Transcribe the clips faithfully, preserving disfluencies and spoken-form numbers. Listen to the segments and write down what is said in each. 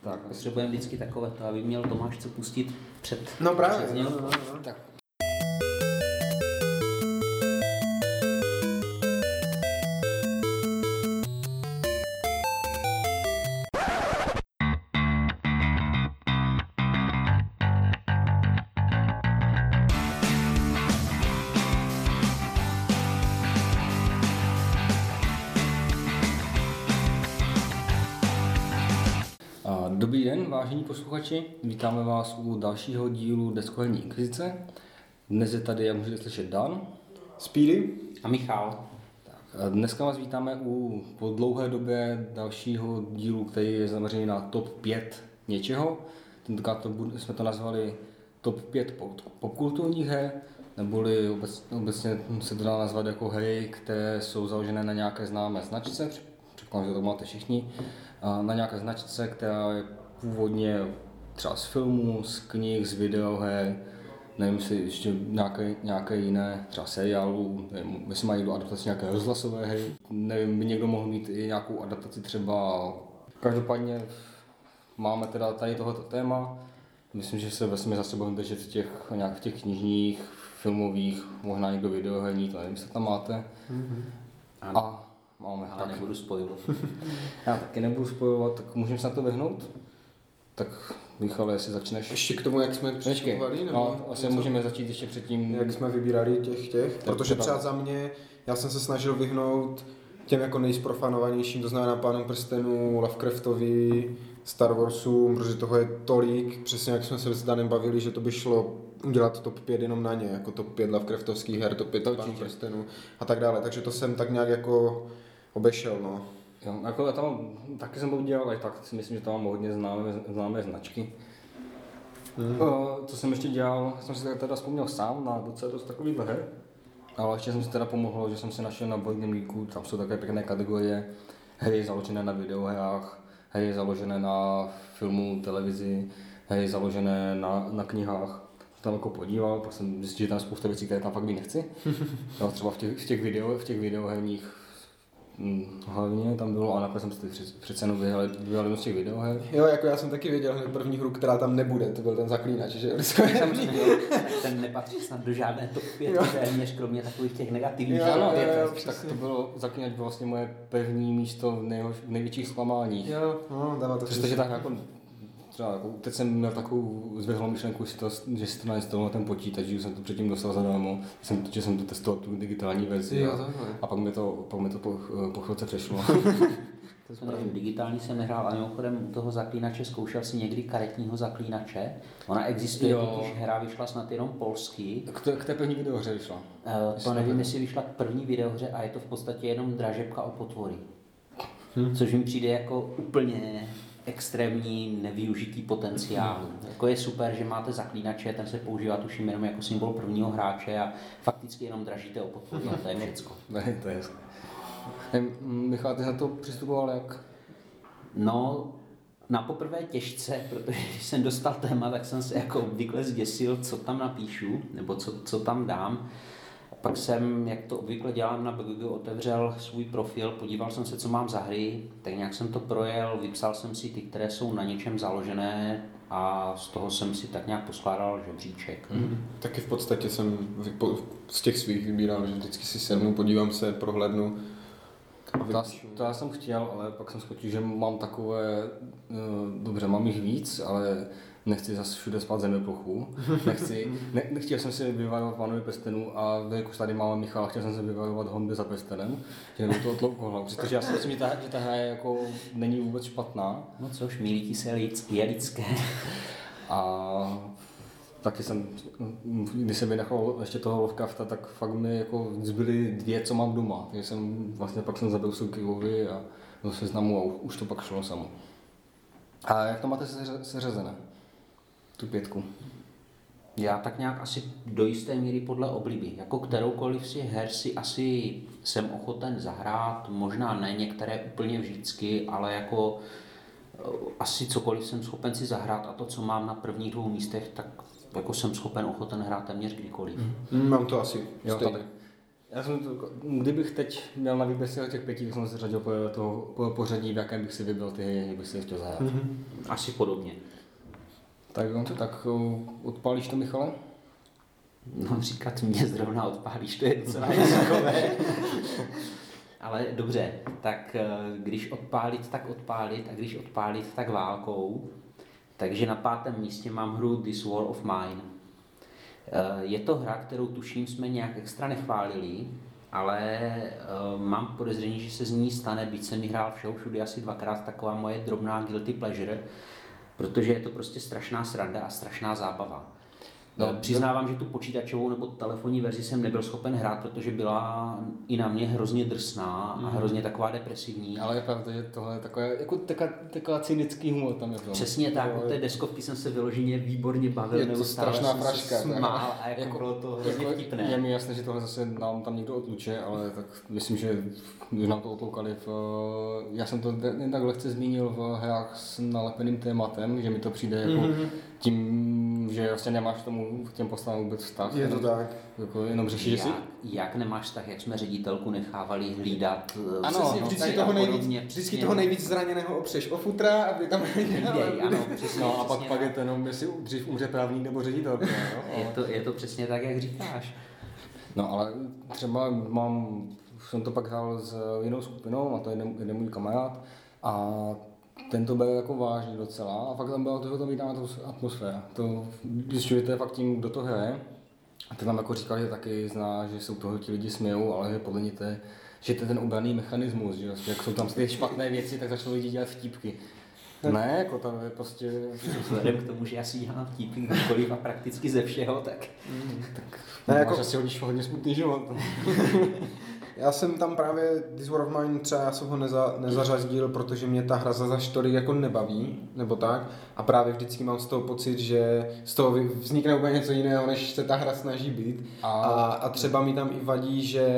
Tak, potřebujeme vždycky takové to, aby měl Tomáš co pustit před... No právě, před no, no, no. Tak. Dobrý den, vážení posluchači, vítáme vás u dalšího dílu Deskoherní inkvizice. Dnes je tady, jak můžete slyšet, Dan, Speedy A Michal. Tak, a dneska vás vítáme u po dlouhé době dalšího dílu, který je zaměřený na top pět něčeho. Tentokrát to bude, jsme to nazvali top pět popkulturních her, neboli obecně, obecně se to dá nazvat jako hry, které jsou založené na nějaké známé značce, předpokládám, že to máte všichni, na nějaké značce, která je původně třeba z filmů, z knih, z videoher, nevím, jestli ještě nějaké, nějaké jiné, třeba seriálů, nevím, jestli mají do adaptace nějaké rozhlasové hry, nevím, by někdo mohl mít i nějakou adaptaci třeba. Každopádně máme teda tady tohoto téma, myslím, že se vesmě zase budeme držet v těch, nějak v těch knižních, filmových, možná někdo videoherní, to nevím, jestli tam máte. Mm-hmm. A máme, ale tak. Nebudu spojovat. Já taky nebudu spojovat, tak můžeme se na to vyhnout? Tak Michale, jestli začneš. Ještě k tomu, jak jsme přistupovali? No, asi můžeme začít ještě předtím. Jak jsme vybírali těch těch, protože třeba za mě, já jsem se snažil vyhnout těm jako nejsprofanovanějším, to znamená Pánem prstenů, Lovecraftovi, Star Warsům, protože toho je tolik, přesně jak jsme se s Danem bavili, že to by šlo udělat top pět jenom na ně, jako top pět Lovecraftovských her, top pět Pánů prstenů a tak dále, takže to jsem tak nějak jako obešel, no. Jo, jako já tam taky jsem to udělal, ale tak si myslím, že tam mám hodně známé, známé značky. Hmm. O, co jsem ještě dělal, jsem si teda vzpomněl sám na docela dost takových her, ale ještě jsem si teda pomohl, že jsem si našel na Board Game Geeku, tam jsou také pěkné kategorie, hry založené na videohrách, hry založené na filmu, televizi, hry založené na, na knihách. Tam jako podíval, pak jsem zjistil, že tam spousta věcí, které tam fakt být nechci. No, třeba v těch, v těch, video, v těch videoherních hm, hlavně tam bylo, a nakonec jsem si přece jenom vyhrál z těch videoher. Jo, jako já jsem taky věděl hned první hru, která tam nebude, to byl ten Zaklínač, že ten nepatří snad do žádné top pět, téměř kromě takových těch negativních. Jo, no, je, jo, tak to bylo, Zaklínač bylo vlastně moje první místo v nejho, největších zklamáních. Jo, no, dává to Přestože tak jako třeba, jako, teď jsem měl takovou zvyhlou myšlenku, že, to, že si to nainstaloval ten počítač, že jsem to předtím dostal zadarmo, jsem, že jsem to testoval tu digitální verzi jo, a, a pak mi to, pak mi to po, po chvilce přešlo. To nevím, digitální jsem nehrál, ale mimochodem u toho Zaklínače zkoušel si někdy karetního Zaklínače. Ona existuje, totiž hra vyšla snad jenom polsky. K té, k té první videohře vyšla? Uh, to nevím, jestli vyšla k první videohře a je to v podstatě jenom dražebka o potvory. Hmm. Což mi přijde jako úplně extrémní nevyužitý potenciál. Hmm. Jako je super, že máte Zaklínače, ten se používá tuším jenom jako symbol prvního hráče a fakticky jenom dražíte o potvory a to je všecko. Ne, to je jasné. Michal, ty na to přistupoval jak? No, na poprvé těžce, protože když jsem dostal téma, tak jsem se jako obvykle zděsil, co tam napíšu, nebo co, co tam dám. Pak jsem, jak to obvykle dělám na B G G, otevřel svůj profil, podíval jsem se, co mám za hry, tak nějak jsem to projel, vypsal jsem si ty, které jsou na něčem založené a z toho jsem si tak nějak poskládal žebříček. Mm. Taky v podstatě jsem z těch svých vybíral, že vždycky si sednu, podívám se, prohlédnu. To, to já jsem chtěl, ale pak jsem skočil, že mám takové, dobře, mám jich víc, ale nechci zase všude spát zemeplochu. Nechci, ne, nechtěl jsem si vyvarovat Pánovi prstenů a jakož tady máme Michala, chtěl jsem si vyvarovat Honby za prstenem, že mi to otlouklo hlavu, protože já si myslím, že ta, že ta hra je jako, není vůbec špatná. No což, milí se lidské, je lidské. A taky jsem, když jsem vynechal ještě toho Lovecrafta, tak fakt mi jako zbyly dvě, co mám doma. Takže jsem vlastně pak jsem zabil Soukivovi a do seznamu a už to pak šlo samo. A jak to máte seřazené? Tu pětku? Já tak nějak asi do jisté míry podle obliby. Jako kteroukoliv si her si asi jsem ochoten zahrát, možná ne některé úplně vždycky, ale jako asi cokoliv jsem schopen si zahrát a to, co mám na prvních dvou místech, tak jako jsem schopen ochoten hrát téměř kdykoliv. Mm. Mám to asi jo, stejně. Já jsem to, kdybych teď měl na výběr z těch pěti, tak jsem se řadil po, toho, po pořadí, v jakém bych si vybral ty hry, jak bych si chtěl zahrát. Mm-hmm. Asi podobně. Tak, tak odpálíš to, Michale? No, říkat mě zrovna odpálíš, to je docela rizikové. Ale dobře, tak když odpálit, tak odpálit a když odpálit, tak válkou. Takže na pátém místě mám hru This War of Mine. Je to hra, kterou tuším jsme nějak extra nechválili, ale mám podezření, že se z ní stane, byť jsem ji hrál všeho všude asi dvakrát, taková moje drobná guilty pleasure, protože je to prostě strašná sranda a strašná zábava. No, přiznávám, že tu počítačovou nebo telefonní verzi jsem nebyl schopen hrát, protože byla i na mě hrozně drsná mm. a hrozně taková depresivní. Ale je pravda, že tohle je takové, jako taková, taková cynický humor tam je. Přesně tak, u té deskovky jsem se vyloženě výborně bavil. Je to strašná fraška. Smál a jako, jako bylo to hrozně jako, vtipné. Je mi jasné, že tohle zase nám tam někdo otluče, ale tak myslím, že když nám to otloukali, v, já jsem to jen tak lehce zmínil v hrách s nalepeným tématem, že mi to přijde jako mm-hmm. tím, že vlastně nemáš tomu k těm postavám vůbec vztah. Je to tak. Jako jenom řešíš, že si... Jak nemáš vztah, jak jsme ředitelku nechávali hlídat. Ano, přesně, vždycky, toho nejvíc, vždycky toho nejvíc zraněného opřeš o futra, aby tam nedělali. Ano, přesně. No a pak, pak je to jenom, jestli dřív umře právník nebo ředitel. No, je, to, je to přesně tak, jak říkáš. No ale třeba mám, jsem to pak hrál s jinou skupinou, a to je jeden, jeden můj kamarád, a ten to byl jako vážný docela a fakt tam byla toho tam atmosféra. To zjišťujete fakt tím, kdo to hraje. A ten tam jako říkal, že taky zná, že jsou toho ti lidi smějou, ale že podle ní to je, že to je ten obranný mechanismus, že vlastně, jak jsou tam ty špatné věci, tak začnou lidi dělat vtípky. Ne, jako tam je prostě... Vzhledem k tomu, že já si dělám vtípky kdykoliv a prakticky ze všeho, tak... Mm, tak ne, máš jako... asi hodně, hodně smutný život. Já jsem tam právě This War of Mine třeba já jsem ho neza, nezařadil, protože mě ta hra za tolik jako nebaví, nebo tak. A právě vždycky mám z toho pocit, že z toho vznikne úplně něco jiného, než se ta hra snaží být. A, a, a třeba mi tam i vadí, že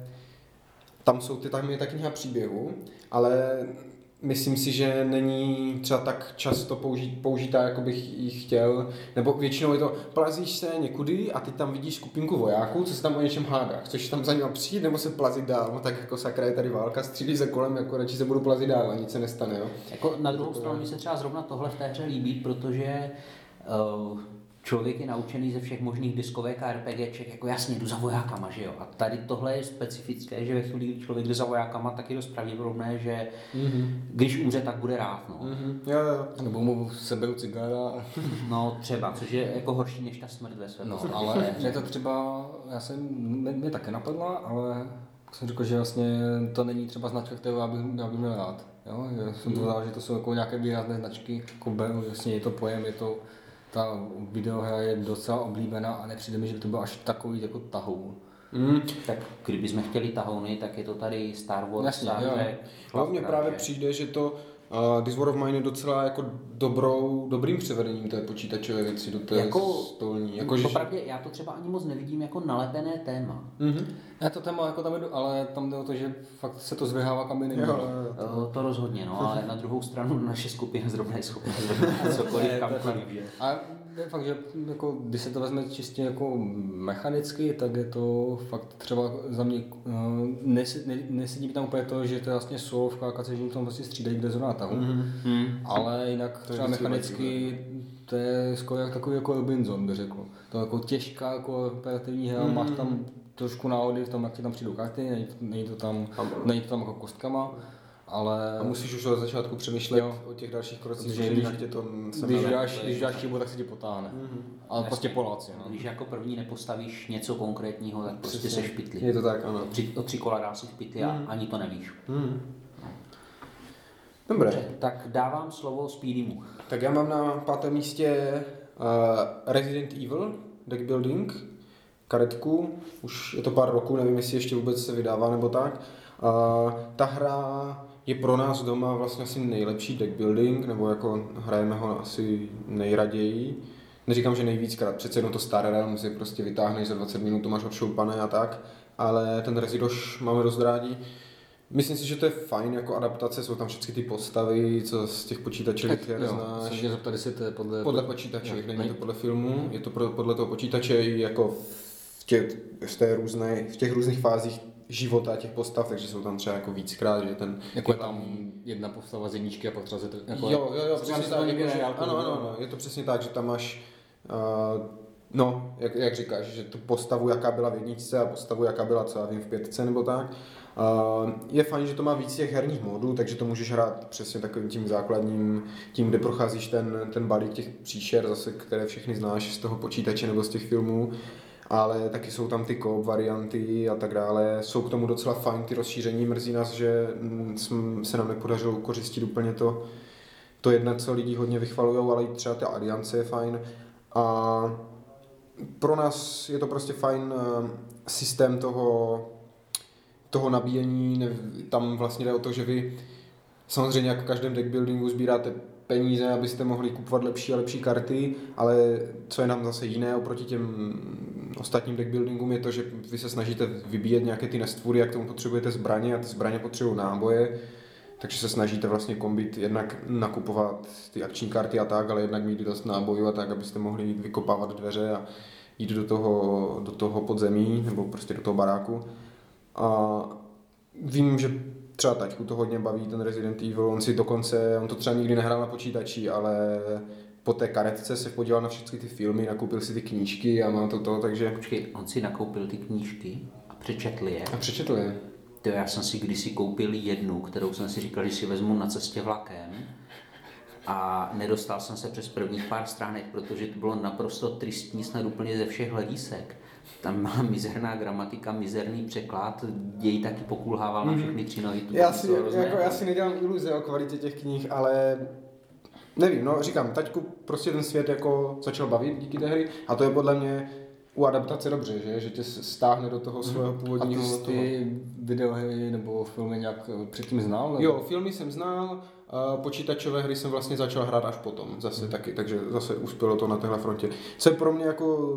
tam jsou ty, tam je ta kniha příběhu, ale myslím si, že není třeba tak často použít, použitá, jako bych ji chtěl, nebo většinou je to, plazíš se někudy a ty tam vidíš skupinku vojáků, co se tam o něčem hádá. Chceš tam za ním přijít nebo se plazit dál? No tak jako sakra, je tady válka, střílí se kolem, jako radši se budu plazit dál a nic se nestane. Jo? Jako na druhou stranu mi se třeba zrovna tohle v té hře líbí, protože uh, člověk je naučený ze všech možných diskovek a RPGček, jako jasně, jdu za vojákama, že jo. A tady tohle je specifické, že ve chvíli, kdy člověk jde za vojákama, tak je dost pravděpodobné, že mm-hmm. když umře, tak bude rád, no. Mm-hmm. Jo, jo. Nebo mu seberou cigára. No třeba, což je jako horší než ta smrt ve své. No, ale je to třeba, já jsem, mě, mě také napadla, ale jsem řekl, že vlastně to není třeba značka, kterou já bych, já bych měl rád. Jo? Já jsem to vzal, že to jsou jako nějaké výrazné značky, jako beru, jasně je to pojem, je to ta videohra je docela oblíbená a nepřijde mi, že by to bylo až takový jako tahoun. Mm. Tak kdybychom chtěli tahouny, tak je to tady Star Wars, Star Trek. Hlavně právě přijde, že to uh, This War of Mine je docela jako dobrou, dobrým převedením té počítačové věci do té jako, stolní. Jako, popravdě, já to třeba ani moc nevidím jako nalepené téma. Mm-hmm. Já to téma jako tam jdu, ale tam jde o to, že fakt se to zvyhává kam jiným. To, to rozhodně, no, ale na druhou stranu naše skupina zrovna je schopná zrovna cokoliv kamkoliv. A je fakt, že jako, když se to vezme čistě jako mechanicky, tak je to fakt třeba za mě, nesedí mi tam úplně to, že to je vlastně solovka, a se tam vlastně střídají kde zrovna tahu, mm-hmm. ale jinak třeba mechanicky to je skoro jak takový jako Robinson, by řekl. To je jako těžká jako operativní hra, mm-hmm. máš tam trošku návody v tom, jak ti tam přijdou karty, není to, není to tam, není to tam jako kostkama. Ale... A musíš už od začátku přemýšlet jo. o těch dalších krocích, že když, tě to když, dáš, když dáš chybu, tak se ti potáhne. Mm-hmm. Ale prostě Poláci. No. Když jako první nepostavíš něco konkrétního, tak prostě se špitli. Je to tak, ano. O tři, o tři kola dá si špitli mm. a ani to nevíš. Mm. No. Dobré. Dobře, tak dávám slovo Speedymu. Tak já mám na pátém místě uh, Resident Evil, deck building, karetku. Už je to pár roků, nevím, jestli ještě vůbec se vydává nebo tak. Uh, ta hra je pro nás doma vlastně asi nejlepší deck building, nebo jako hrajeme ho asi nejraději. Neříkám, že nejvíckrát, přece jenom to Star Realm si prostě vytáhneš za dvacet minut, to máš odšoupané a tak, ale ten Rezidoš máme dost rádi. Myslím si, že to je fajn jako adaptace, jsou tam všechny ty postavy, co z těch počítačových her znáš. Jsem zeptat, jestli to je podle... Podle počítače, není to podle filmu, je to podle toho počítače i jako v těch, v, té různé, v těch různých fázích života těch postav, takže jsou tam třeba jako víckrát, že ten... Jako je tam jedna postava z jedničky a pak třeba se to... Jako jo, jo, jo, přesně přesně tak, jako, že, jako, ano, ano, ano, je to přesně tak, že tam máš, uh, no, jak, jak říkáš, že tu postavu, jaká byla v jedničce a postavu, jaká byla, co já vím, v pětce nebo tak. Uh, je fajn, že to má víc těch herních modů, takže to můžeš hrát přesně takovým tím základním, tím, kde procházíš ten, ten balík těch příšer, zase, které všechny znáš z toho počítače nebo z těch filmů. Ale taky jsou tam ty co-op varianty a tak dále. Jsou k tomu docela fajn ty rozšíření. Mrzí nás, že se nám nepodařilo ukořistit úplně to, to jedna, co lidi hodně vychvalujou, ale i třeba ta aliance je fajn. A pro nás je to prostě fajn systém toho, toho nabíjení. Tam vlastně jde o to, že vy samozřejmě jako v každém deckbuildingu sbíráte peníze, abyste mohli kupovat lepší a lepší karty, ale co je nám zase jiné oproti těm ostatním deckbuildingům je to, že vy se snažíte vybíjet nějaké ty nestvůry, jak tomu potřebujete zbraně a ty zbraně potřebují náboje, takže se snažíte vlastně kombit, jednak nakupovat ty akční karty a tak, ale jednak mít dost nábojů a tak, abyste mohli jít vykopávat dveře a jít do toho, do toho podzemí nebo prostě do toho baráku. A vím, že třeba taťku to hodně baví, ten Resident Evil, on si dokonce, on to třeba nikdy nehrál na počítači, ale po té karetce se podíval na všechny ty filmy, nakoupil si ty knížky a má to to, takže... Počkej, on si nakoupil ty knížky a přečetl je? A přečetl je. To já jsem si kdysi koupil jednu, kterou jsem si říkal, že si vezmu na cestě vlakem a nedostal jsem se přes prvních pár stránek, protože to bylo naprosto tristní snad úplně ze všech hledisek. Tam má mizerná gramatika, mizerný překlad, děj taky pokulhával na všechny tři nohy. Já si, jako, já si nedělám iluze o kvalitě těch knih, ale nevím, no říkám, taťku prostě ten svět jako začal bavit díky té hry a to je podle mě u adaptace dobře, že, že tě stáhne do toho svého původního... A ty, ty videohry nebo filmy nějak předtím znal? Nebo? Jo, filmy jsem znal, počítačové hry jsem vlastně začal hrát až potom, zase hmm. taky, takže zase uspělo to na téhle frontě. Co je pro mě jako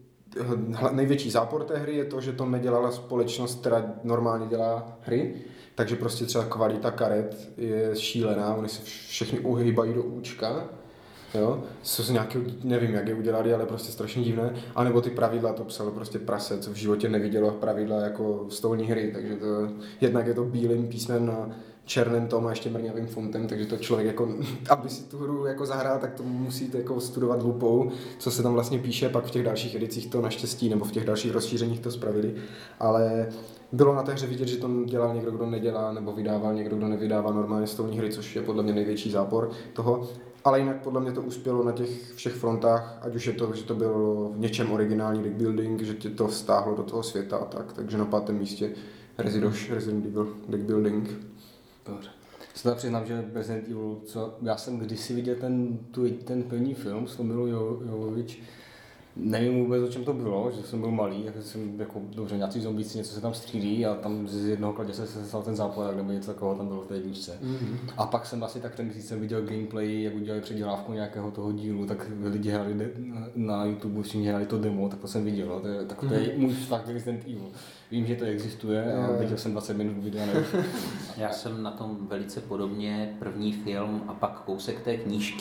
největší zápor té hry je to, že to nedělala společnost, která normálně dělá hry, takže prostě třeba kvalita karet je šílená, oni se všechny uhýbají do účka, jo, co z nějakého, nevím jak je udělali, ale prostě strašně divné, anebo ty pravidla, to psalo prostě prase, co v životě nevidělo pravidla jako stolní hry, takže to jednak je to bílým písmem na černém tom a ještě mrňavým fontem, takže to člověk jako, aby si tu hru jako zahrál, tak to musíte jako studovat lupou, co se tam vlastně píše, pak v těch dalších edicích to naštěstí, nebo v těch dalších rozšířeních to spravili, ale bylo na té hře vidět, že to dělal někdo, kdo nedělá, nebo vydával někdo, kdo nevydává normálně stolní hry, což je podle mě největší zápor toho, ale jinak podle mě to uspělo na těch všech frontách, ať už je to, že to bylo v něčem originální deckbuilding, že tě to stáhlo do toho světa a tak, takže na pátém místě Resident Evil deckbuilding. Dobře. Se teda přiznám, že Resident Evil, co já jsem kdysi viděl ten, tu, ten první film s Tomilou Jovovič, nevím vůbec, o čem to bylo, že jsem byl malý, jako jsem jako, dobře, nějací zombíci, něco se tam střílí a tam z jednoho kladě se stal ten zápor, nebo něco takového tam bylo v té jedničce. Mm-hmm. A pak jsem asi tak ten měsíc jsem viděl gameplay, jak udělali předělávku nějakého toho dílu, tak lidi hráli de- na YouTube, všichni hráli to demo, tak to jsem viděl, no, to je, tak to je mm-hmm. můj vztah Resident Evil. Vím, že to existuje a viděl jsem dvacet minut videa. Já jsem na tom velice podobně, první film a pak kousek té knížky.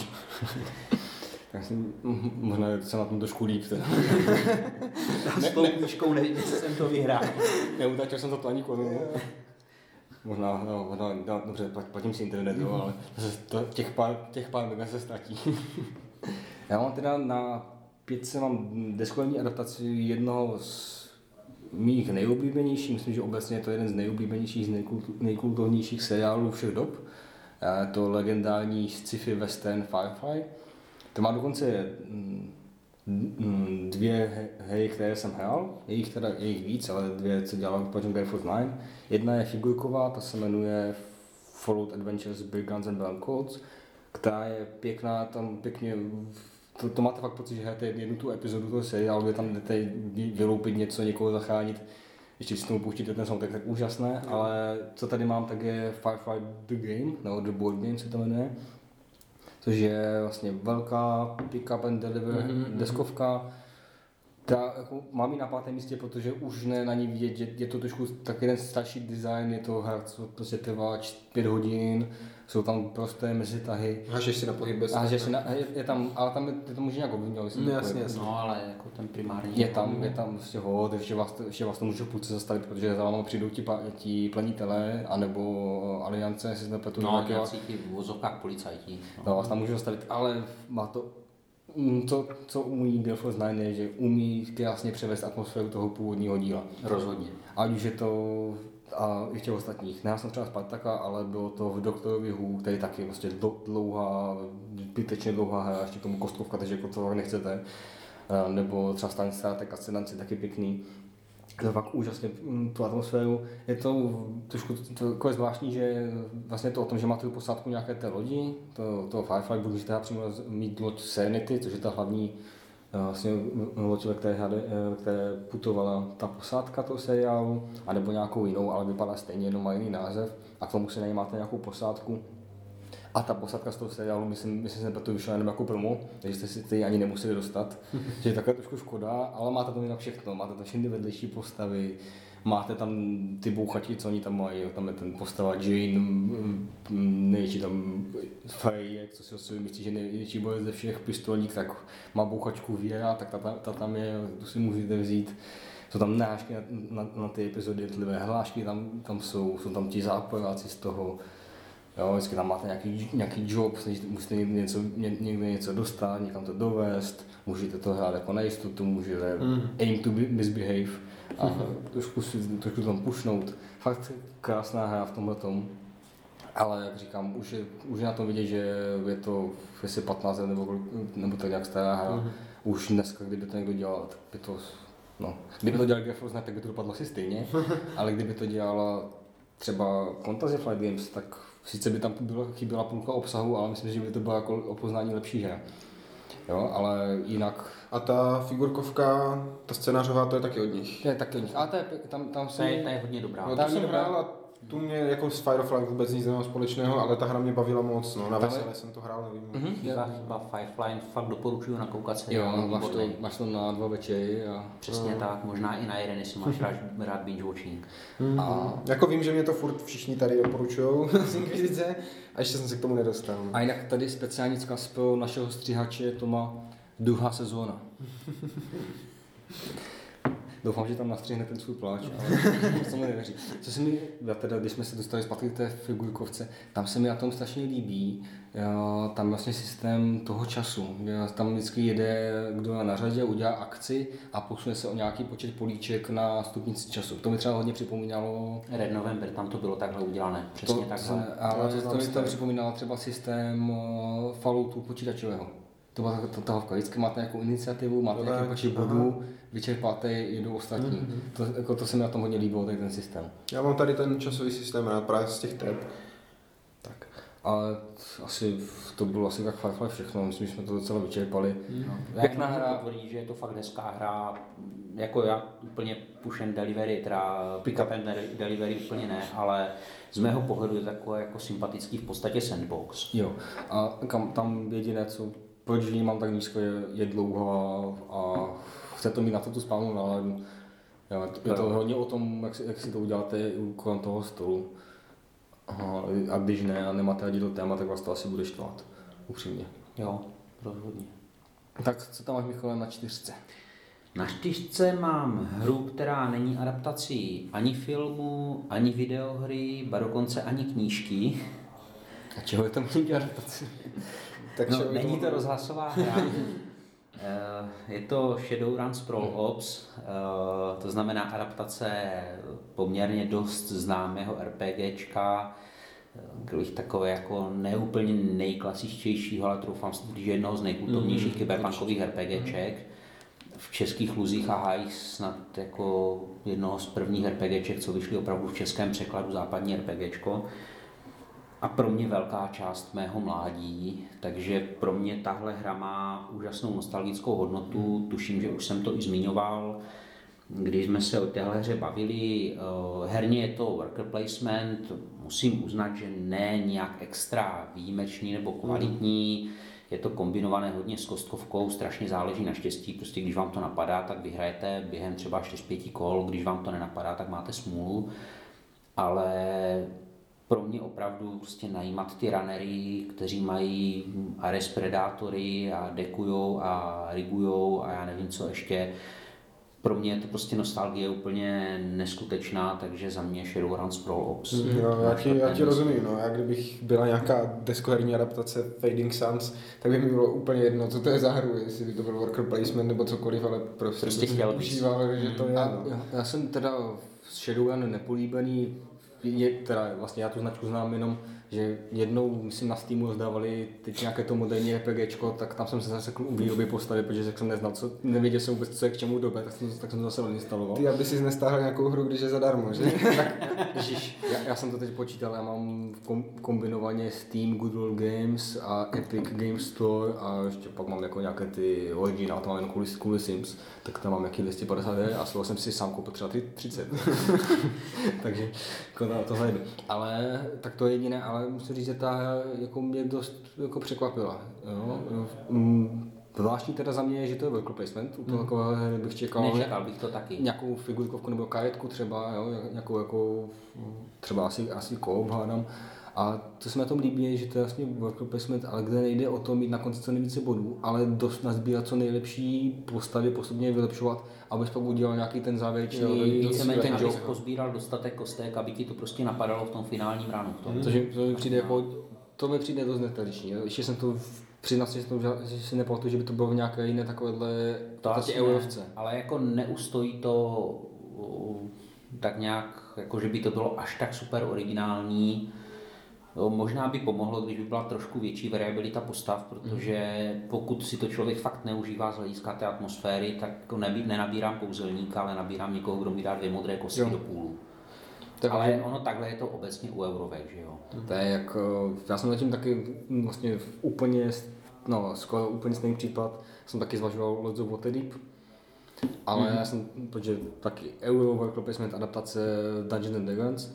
Tak jsem, možná jsem na tom trošku líp. S tou knížkou nevím, jestli jsem to vyhrál. Neutáčel jsem za to ani korunu. Možná, no, možná, no, dobře, platím si internet, jo, ale to, těch pár, těch pár mega se ztratí. Já mám teda na pětce mám deskovní adaptaci jednoho z mých nejoblíbenějších, myslím, že obecně je to jeden z nejoblíbenějších, z nejkultovnějších seriálů všech dob. Je to legendární sci-fi western Firefly. To má dokonce dvě hry, které jsem hrál, je jich teda je jich víc, ale dvě, co dělal Project Air Force nine. Jedna je figurková, ta se jmenuje Fallout Adventures Brigands and Brown Coats, která je pěkná, tam pěkně, to, to máte fakt pocit, že hrajete jednu tu epizodu toho seriálu, kde tam jdete vyloupit něco, někoho zachránit, ještě si tomu pouštíte ten soundtrack, tak úžasné, ale co tady mám, tak je Firefly The Game, nebo The Board Game se to jmenuje. Což je vlastně velká pick up and deliver mm-hmm. deskovka. Ta, jako, mám ji na pátém místě, protože už ne na ní vidět, že je to trošku tak jeden starší design, je to hra, co prostě trvá pět hodin, jsou tam prosté mezitahy. Hážeš si na pohyb bez... A že si na, je, je, tam, ale tam je, je to může nějak ovlivňovat. No, jasně, jasně. No, ale jako ten primární... Je tam, je tam prostě hod, ještě vás, ještě vás to může v půlce zastavit, protože za vámi přijdou ti, ti plenitelé, anebo aliance, jestli jsme pletu. No, nějací ti v vozovkách policajti. No. no, vás tam může zastavit, ale má to... To, co umí Gale Force nine, je, že umí krásně převést atmosféru toho původního díla. Rozhodně. Ať už je to a i v těch ostatních. Ne, já jsem třeba Spartaka, ale bylo to v Doktorovi Who, který taky prostě dlouhá, zbytečně dlouhá hra, ještě tomu kostkovka, takže jako to nechcete. Nebo třeba Star Trek Ascendancy, taky pěkný. To fakt úžasně tu atmosféru. Je to trošku to, to je zvláštní, že vlastně to o tom, že máte tu posádku nějaké té lodi, to, to Firefly, budu teda přímo mít loď Serenity, což je ta hlavní vlastně loď, ve které, ve které putovala ta posádka toho seriálu, anebo nějakou jinou, ale vypadá stejně, jenom má jiný název a k tomu si najímáte nějakou posádku. A ta posádka z toho seriálu, myslím, myslím že to vyšlo jenom jako promo, takže jste si ty ani nemuseli dostat, že je takové trošku škoda, ale máte tam jinak všechno, máte tam všechny vedlejší postavy, máte tam ty bouchači, co oni tam mají, tam je ten postava Jane, největší tam Faye, co si o sobě myslí, že největší boj ze všech pistolník, tak má bouchačku Věra, tak ta, ta, ta tam je, tu si můžete vzít. Jsou tam nášky na, na, na ty epizody, jednotlivé hlášky tam, tam jsou, jsou tam ti zápojáci z toho. Jo, vždycky tam máte nějaký, nějaký job, musíte někde něco, ně, někde něco dostat, někam to dovést, můžete to hrát jako na jistotu, můžete mm. aim to misbehave a trošku, trošku tam pušnout. Fakt krásná hra v tomhletom, ale jak říkám, už je, už je na tom vidět, že je to jestli patnáct nebo, nebo tak nějak stará hra. Mm. Už dneska, kdyby to někdo dělal, tak by to, no, kdyby to dělal Gale Force, tak by to dopadlo asi stejně, ale kdyby to dělala třeba Fantasy Flight Games, tak sice by tam byla, chyběla půlka obsahu, ale myslím, že by to bylo jako o poznání lepší hra. Jo, ale jinak... A ta figurkovka, ta scénářová, to je taky od nich. To je taky od nich, ale to je, tam, tam se... To je, to je hodně dobrá. No, tam jsem hrál a tu mě jako s Firefly vůbec nic nemám společného, ale ta hra mě bavila moc, no, na veselé jsem to hrál, nevím. Mm-hmm. Chyba, chyba Firefly, fakt doporučuju nakoukat se. Jo, no, máš, to, máš to na dva večery a... Přesně no. tak, možná i na jeden, jestli máš rád, rád binge watching. Mm. A... Jako vím, že mě to furt všichni tady doporučujou z Inkvizice a ještě jsem se k tomu nedostal. A jinak tady speciální vzkaz pro našeho stříhače, to má druhá sezóna. Doufám, že tam nastřihne ten svůj pláč, ale to mi nevěří. Co se mi, teda, když jsme se dostali zpátky k té figurkovce, tam se mi na tom strašně líbí, jo, tam vlastně systém toho času. Jo, tam vždycky jede, kdo je na řadě, udělá akci a posune se o nějaký počet políček na stupnici času. To mi třeba hodně připomínalo... Red November, tam to bylo takhle udělané, přesně to, takhle. Ale to, to, to mi to připomínalo třeba systém uh, Falloutu počítačového. To byla ta tahovka. Vždycky máte nějakou iniciativu, máte no, nějaký počet bodů, vyčerpáte, jedou ostatní. Mm-hmm. To, jako, to se mi na tom hodně líbilo, tady ten systém. Já mám tady ten časový systém rád právě z těch tab. Tak. Ale asi to bylo asi tak Firefly všechno, myslím, že jsme to docela vyčerpali. No. Pěkná hra. Potvrdí, že je to fakt hezká hra, jako já úplně push and delivery, teda pick up and delivery úplně ne, ale z mého pohledu je takové jako sympatický v podstatě sandbox. Jo, a kam, tam jediné, co proč ji mám tak nízko, je, je dlouhá a chce to mít na to tu správnou náladu. Jo, je to hodně o tom, jak si, jak si to uděláte kolem toho stolu. Aha, a když ne a nemáte rádi to téma, tak vás to asi bude štvát. Upřímně. Jo, rozhodně. Tak co tam máš, Michale, na čtyřce? Na čtyřce mám hru, která není adaptací ani filmu, ani videohry, ba dokonce ani knížky. A čeho je to může adaptace? Tak no, není to rozhlasová hra. Je to Shadowrun Sprawl Ops, to znamená adaptace poměrně dost známého RPGčka, takové jako neúplně nejklasičtějšího, ale troufám si říct, že jednoho z nejkultovnějších mm, kyberpunkových RPGček. V českých luzích a hájích snad jako jednoho z prvních RPGček, co vyšly opravdu v českém překladu, západní RPGčko. A pro mě velká část mého mládí, takže pro mě tahle hra má úžasnou nostalgickou hodnotu. Tuším, že už jsem to i zmiňoval, když jsme se o téhle hře bavili. Herně je to worker placement, musím uznat, že ne nějak extra výjimečný nebo kvalitní. je to kombinované hodně s kostkovkou, strašně záleží na štěstí, prostě když vám to napadá, tak vyhrajete během třeba čtyři pět kol, když vám to nenapadá, tak máte smůlu, ale pro mě opravdu prostě najímat ty runnery, kteří mají Ares Predatory a dekujou a rigujou a já nevím co ještě. Pro mě je to prostě nostalgie úplně neskutečná, takže za mě Shadowrun Sprawl Ops. Mm, jo, já, ti, já ti rozumím, no. Já kdybych byla nějaká deskoherní adaptace Fading Suns, tak by mi bylo úplně jedno, co to je za hru, jestli by to byl worker placement nebo cokoliv, ale prostě, prostě chtěl bys. Užíval, že to je. A, no. já, já jsem teda Shadowrun nepolíbený, je, teda vlastně já tu značku znám jenom, že jednou, myslím, na Steamu rozdávali teď nějaké to moderní RPGčko, tak tam jsem se zasekl u výroby postavy, protože jsem neznal, co, nevěděl jsem vůbec, co je k čemu době, tak jsem, tak jsem to zase odinstaloval. Ty, aby si nestáhl nějakou hru, když je zadarmo, že? Ježiš, já, já, jsem to teď počítal, já mám kom, kombinovaně Steam, Good Old Games a Epic Game Store a ještě pak mám jako nějaké ty originál, tam mám jen kvůli, kvůli Sims, tak tam mám nějaký dvě stě padesát a z toho jsem si sám koupil třeba třicet. Takže jako na tohle jdu. Ale tak to je jediné, ale musím říct, že ta hra jako mě dost jako překvapila. Jo? Zvláštní teda za mě je, že to je worker placement, u toho takového hry bych čekal, Nečekal bych to taky. Nějakou figurkovku nebo karetku třeba, jo? Nějakou jako, třeba asi, asi koop hádám. A to se mi na tom líbí, je, že to je vlastně worker placement, ale kde nejde o to mít na konci co nejvíce bodů, ale dost nazbírat co nejlepší postavy, postupně vylepšovat, abys pak udělal nějaký ten závěrečný víceméně ten, ten abys job. pozbíral dostatek kostek, aby ti to prostě napadalo v tom finálním ránu. Hmm. Což to mi přijde jako, to mi přijde dost netradiční. Ještě jsem to přiznal si, že, to, že si nepamatuju, že by to bylo v nějaké jiné takovéhle eurovce. Ale jako neustojí to tak nějak, jako že by to bylo až tak super originální. Možná by pomohlo, když by byla trošku větší variabilita postav, protože pokud si to člověk fakt neužívá z hlediska té atmosféry, tak nenabírám kouzelníka, ale nabírám někoho, kdo mi dá dvě modré kostky jo. do půlu. Tak ale ono takhle je to obecně u eurovek, že jo? To je jak, já jsem zatím taky vlastně úplně, no skoro úplně stejný případ, jsem taky zvažoval Lords of Waterdeep, ale mm. já jsem, protože taky euro, worker placement, adaptace Dungeons and Dragons,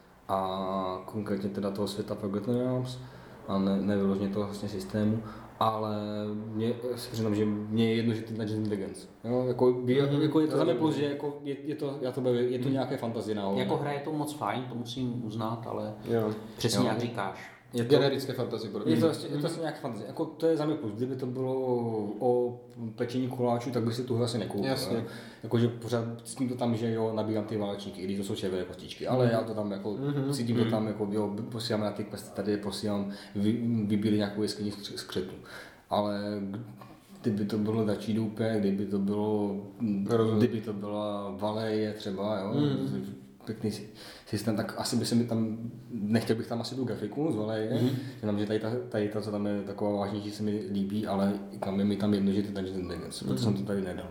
a konkrétně teda toho světa Forgotten Realms a ne, nevyloženě toho vlastně systému, ale mě si přiznám, že mě je jedno, že ty Dungeons and Dragons. Jo, jako, mm-hmm. jako je to za mě plus, že jako je, je to, já to bavím, je to nějaké fantazie náhodou. Jako hra je to moc fajn, to musím uznat, ale jo. přesně jo. jak říkáš. Je to generické fantasy. Je to, je to nějaké fantasy. Jako, to je za mě plus. Kdyby to bylo o pečení koláčů, tak bych si tu hru asi nekoupil. Jasně. Jakože pořád cítím to tam, že jo, nabírám ty válečníky, i když to jsou červené kostičky, ale mm. já to tam jako mm-hmm. cítím to tam, jako jo, posílám na ty questy, tady posílám, vy, vybíli nějakou jeskyni z křetu. Ale kdyby to bylo dračí doupě, kdyby to bylo, Rozumím. kdyby to byla Valeje třeba, jo, mm. pěkný systém, tak asi by se mi tam, nechtěl bych tam asi tu grafiku z Valeje, mm-hmm. jenom, že tady ta, tady ta, co tam je taková vážnější, se mi líbí, ale kam je mi tam jedno, že ty Dungeons and Dragons, proto mm-hmm. jsem to tady nedal.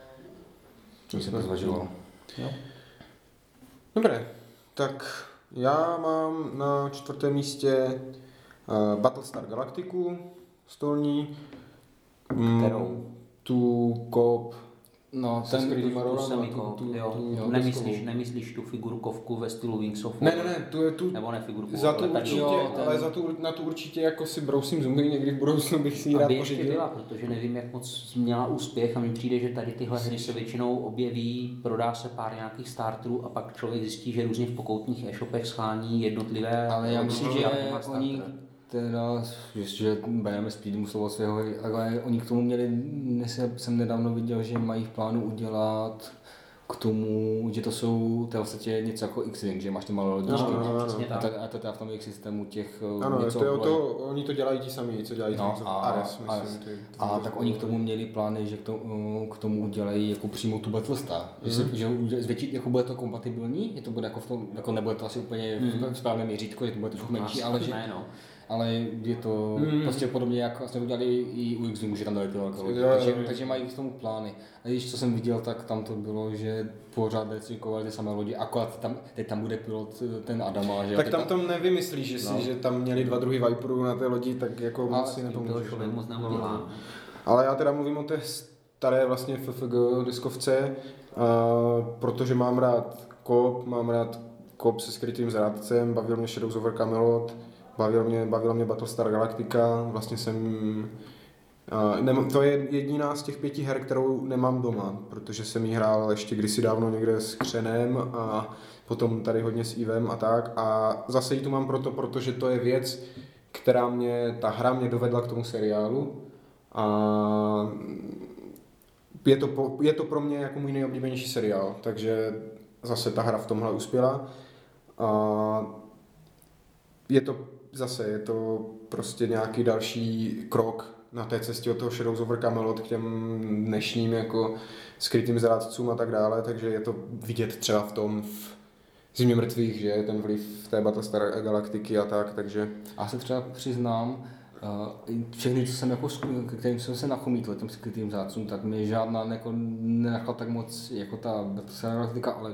Co jsem to zvažoval. Jo. Dobré, tak já mám na čtvrtém místě uh, Battlestar Galactiku, stolní, kterou? Mm, tu koop. No, ten tu, tu, tu, jo, jo, nemyslíš, nemyslíš tu figurkovku ve stylu Wings of War? Ne, ne, ne, tu je tu, nebo ne figurku, za tu určitě, jo, ten... ale za tu, na tu určitě jako si brousím zuby, někdy v budoucnu bych si ji rád pořídil. Aby byla, protože nevím, jak moc měla úspěch a mi přijde, že tady tyhle hry se většinou objeví, prodá se pár nějakých starterů a pak člověk zjistí, že různě v pokoutních e-shopech schání jednotlivé... Ale já myslím, že oni... Teda, že bereme Speedymu slovo svého, ale oni k tomu měli, dnes jsem nedávno viděl, že mají v plánu udělat k tomu, že to jsou, to je vlastně něco jako X-Wing, že máš ty malé lodičky. No, no, no, a, to, a to je v tom jejich systému těch ano, něco... To je o to, oni to dělají ti sami, co dělají no, a, Ares, myslím. Ares. Ty, ty a tak oni k tomu měli plány, že k tomu, k tomu udělají jako přímo tu Battlestar. Mm. Že, že zvětší, jako bude to kompatibilní, je to bude jako v tom, jako nebude to asi úplně mm. v správném měřítku, že to bude trošku menší, ale že... No. Ale je to mm. prostě podobně, jak vlastně udělali i u X-Wingu, že tam dali ty velké lodi. Takže, takže mají k tomu plány. A když co jsem viděl, tak tam to bylo, že pořád recyklovali ty samé lodi, akorát tam, teď tam bude pilot ten Adama. Že tak tam to nevymyslíš, že, si, no. že tam měli dva druhy Viperů na té lodi, tak jako moc si nepomůžeš. moc neudělá. Ale já teda mluvím o té staré vlastně F F G diskovce, uh, protože mám rád koop, mám rád koop se skrytým zrádcem, bavil mě Shadows over Camelot, bavilo mě, bavilo mě Battlestar Galactica, vlastně jsem... Uh, ne, to je jediná z těch pěti her, kterou nemám doma, protože jsem ji hrál ještě kdysi dávno někde s Křenem a potom tady hodně s Ivem a tak. A zase ji tu mám proto, protože to je věc, která mě, ta hra mě dovedla k tomu seriálu. A je to, po, je to pro mě jako můj nejoblíbenější seriál, takže zase ta hra v tomhle uspěla. A je to zase, je to prostě nějaký další krok na té cestě od toho Shadows over Camelot k těm dnešním jako skrytým zrádcům a tak dále, takže je to vidět třeba v tom v Zimě mrtvých, že ten vliv té Battlestar Galactiky a tak, takže... A se třeba přiznám, uh, všechny, co jsem jako, kterým jsem se nachomítl, těm skrytým zrádcům, tak mi žádná jako nenachla tak moc jako ta Battlestar Galactica, ale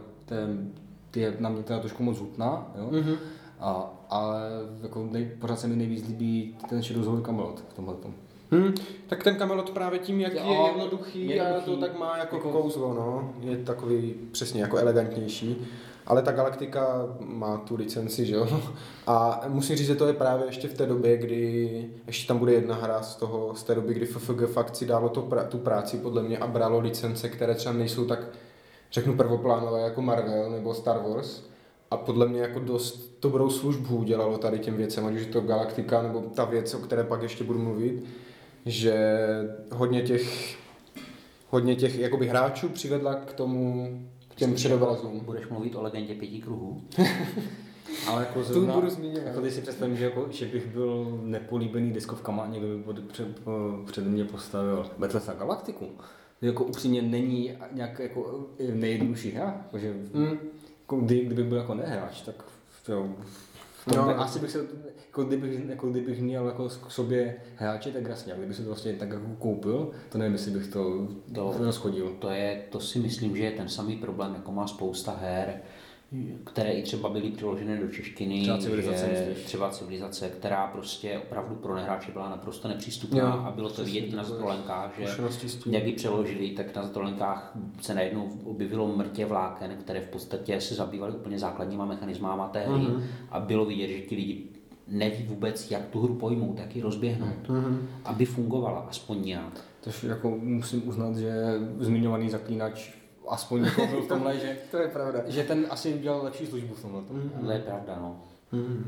ty je na mě teda trošku moc hutná, jo? Mm-hmm. A, ale jako nej, pořád se mi nejvíc líbí ten Shadows over Camelot v tomhletom. Hmm, tak ten Camelot právě tím, jak jo, je jednoduchý, jednoduchý a to tak má jako, jako kouzlo, no. Je takový přesně jako elegantnější. Ale ta Galaktika má tu licenci, že jo. A musím říct, že to je právě ještě v té době, kdy ještě tam bude jedna hra z toho, z té doby, kdy F F G fakt si dalo to, tu práci podle mě a bralo licence, které třeba nejsou tak, řeknu, prvoplánové jako Marvel nebo Star Wars. A podle mě jako dost dobrou službu dělalo tady těm věcem, ať už je to Galaktika nebo ta věc, o které pak ještě budu mluvit, že hodně těch, hodně těch jakoby hráčů přivedla k tomu, k těm předobrazům. Budeš mluvit o legendě pěti kruhů? Ale jako zrovna, budu zmiňovat. jako když si představím, že, jako, že bych byl nepolíbený deskovkama a někdo by pod, před, před mě postavil Battlestar Galactiku. To jako upřímně není nějak jako nejjednodušší hra, jakože mm. jako, kdy, kdybych byl jako nehráč, tak jo, no, ne, asi bych se, jako kdybych, jako kdybych měl jako k sobě hráče, tak jasně, a kdybych se to vlastně tak jako koupil, to nevím, jestli bych to, to rozchodil. To, je, to si myslím, že je ten samý problém, jako má spousta her, které i třeba byly přiložené do češtiny, třeba civilizace, že, třeba civilizace, která prostě opravdu pro nehráče byla naprosto nepřístupná jo, a bylo to vidět i na zatolenkách, že jak ji přeložili, tak na zatolenkách se najednou objevilo mrtě vláken, které v podstatě se zabývaly úplně základníma mechanismama té hry mm-hmm. a bylo vidět, že ti lidi neví vůbec, jak tu hru pojmout, jak ji rozběhnout, mm-hmm. aby fungovala aspoň nějak. Tož jako musím uznat, že zmiňovaný zaklínač aspoň jako byl v tomhle, že, to je pravda. Že ten asi udělal lepší službu v tomhle. Mm-hmm. To je pravda, no. Mm-hmm.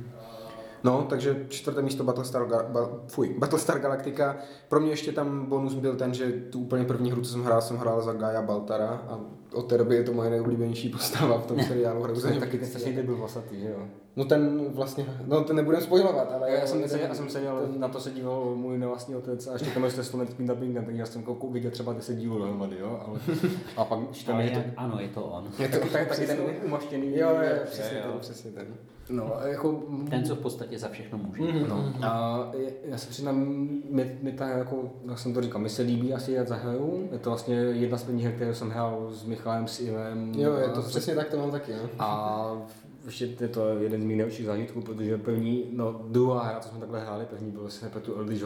No, takže čtvrté místo Battlestar, Ga- ba- fuj, Battlestar Galactica. Pro mě ještě tam bonus byl ten, že tu úplně první hru, co jsem hrál, jsem hrál za Gaia Baltara a od té doby je to moje nejoblíbenější postava v tom seriálu. Hraju za taky ten strašně byl vlasatý, že jo? No ten vlastně, no ten nebudem spojovat, ale... Já, já jsem, ten, já jsem se dělal, ten... na to se díval můj nevlastní otec a ještě tam ještě slovenským dubbingem, takže já jsem koukal viděl třeba deset dílů dohromady, jo? Ale, a pak čtem, je, to... Ano, je to on. Je to taky, taky ten umaštěný. Jo, jo, přesně ten, přesně ten. No, jako... Ten, co v podstatě za všechno může. Mm-hmm. No. A já se přiznám, mi, mi ta, jako, jak jsem to říkal, mi se líbí asi jak zahraju. Je to vlastně jedna z prvních her, kterou jsem hrál s Michalem, s Ivem. Jo, je to přesně tak, to mám taky, no. A ještě je to jeden z mých nejlepších zážitků, protože první, no druhá hra, co jsme takhle hráli, první byl se nepletu Eldritch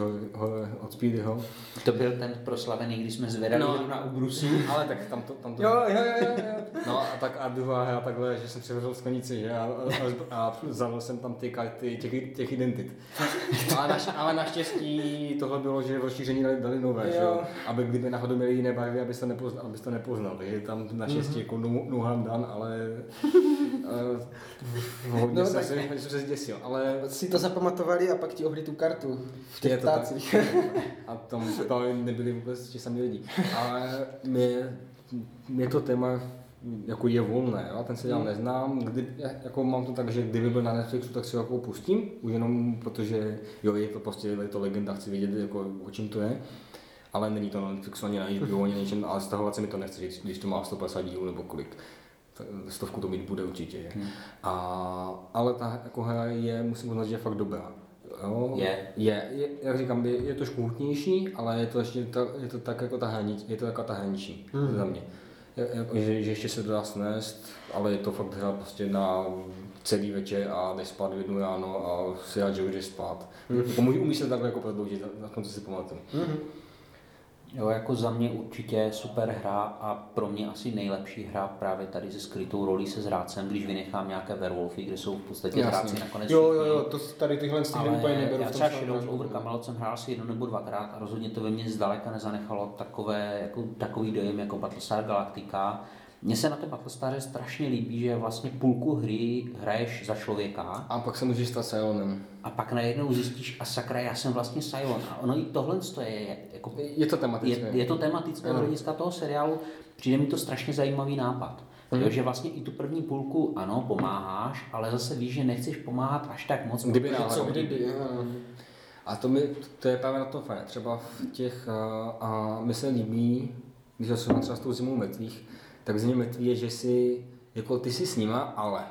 od Speedyho. To byl ten proslavený, když jsme zvedali no, na Ubrusu. Ale tak tam to, tam to... Jo, jo, jo, jo. No a tak a druhá hra takhle, že jsem přivezl sklenici, že? A, a, a zavil jsem tam ty karty těch, těch identit. Ale, naš, ale naštěstí tohle bylo, že v rozšíření dali, dali nové, jo. Že jo? Aby kdyby náhodou měli jiné barvy, abyste nepoznal, abyste nepoznal. Takže tam naštěstí mm-hmm. jako no harm done, ale... Uh, hodně no, jsem, se, jsem se zděsil, ale... Si to zapamatovali a pak ti ohli tu kartu v těch ptácích. A tam tam nebyli vůbec ti sami lidi. Ale mě, mě to téma jako je volné, jo? Ten seriál hmm. neznám, kdy, jako mám to tak, že kdyby byl na Netflixu, tak si ho jako pustím, už jenom protože jo, je to prostě je to legenda, chci vědět, jako, o čem to je. Ale není to na Netflixu ani na H B O, ani něčem, ale stahovat se mi to nechce, když to má sto padesát dílů nebo kolik. Stovku to mít bude určitě. Hmm. A, ale ta jako hra je, musím uznat, že je fakt dobrá. Jo? Je. je. Je, jak říkám, je, je trošku hutnější, ale je to ještě ta, je to tak jako ta hranič, je to jako ta hraniční hmm. za mě. Je, jako, že, že ještě se to dá snést, ale je to fakt hra prostě na celý večer a jdeš spát v jednu ráno a si rád, že jdeš spát. Hmm. Jako, umí se takhle jako prodloužit, na tom, co si pamatuju. Hmm. Jo, jako za mě určitě super hra a pro mě asi nejlepší hra právě tady se skrytou rolí se zrádcem, když vynechám nějaké werewolfy, kde jsou v podstatě zrádci nakonec. Jo, jo, jo, to tady tyhle z těch úplně neberu. Já třeba Shadows over Camelot jsem hrál si jedno nebo dvakrát a rozhodně to ve mně zdaleka nezanechalo takové, jako, takový dojem jako Battlestar Galactica. Mně se na té Battlestaře strašně líbí, že vlastně půlku hry hraješ za člověka. A pak se můžeš stát Cylonem. A pak najednou zjistíš, a sakra, já jsem vlastně Cylon. A ono i tohle je, jako, je to tematické. Je, je to tematické z hlediska toho seriálu. Přijde mi to strašně zajímavý nápad. Mm. Jo, že vlastně i tu první půlku, ano, pomáháš, ale zase víš, že nechceš pomáhat až tak moc. Kdyby náhodou. Kdyby, a to, mi, to je právě na to fajn. Třeba v těch, a, a mi se líbí, když se třeba s tou zimou mrtvých, tak z něj mrtvý je, že si, jako ty jsi s nima, ale.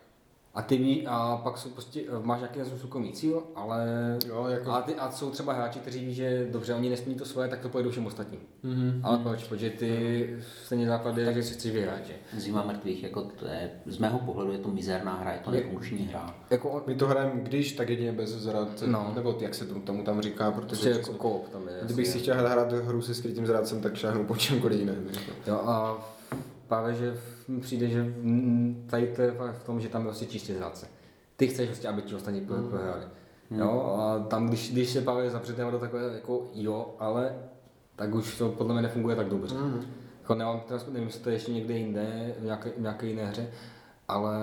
A ty ví, a pak jsou prostě, máš nějaký soukromý cíl, ale jo, jako... a, ty, a jsou třeba hráči, kteří ví, že dobře, oni nesmí to svoje, tak to pojedou všem ostatním. Mm-hmm. Ale proč? Protože ty stejně základ je, že si chceš vyhrát, že? Zima mrtvých, jako to je, z mého pohledu je to mizerná hra, je to nefunkční hra. Jako on... My to hrajeme když, tak jedině bez zrádce, no. Nebo jak se tomu tam říká, protože jako koop tam je. Kdybych si chtěl hrát hru se skrytým zrádcem, tak šáhnu po čemkoliv jiném. Jo, a právě, že mi přijde, že tady to je v tom, že tam je vlastně čistě zrádce. Ty chceš vlastně, aby ti ostatní mm. prohráli. Mm. Jo, a tam, když, když se právě zapřete do takové jako jo, ale tak už to podle mě nefunguje tak dobře. Mm. Jako nemám, teda, nevím, jestli to je ještě někde jinde, v nějaké, v nějaké jiné hře, ale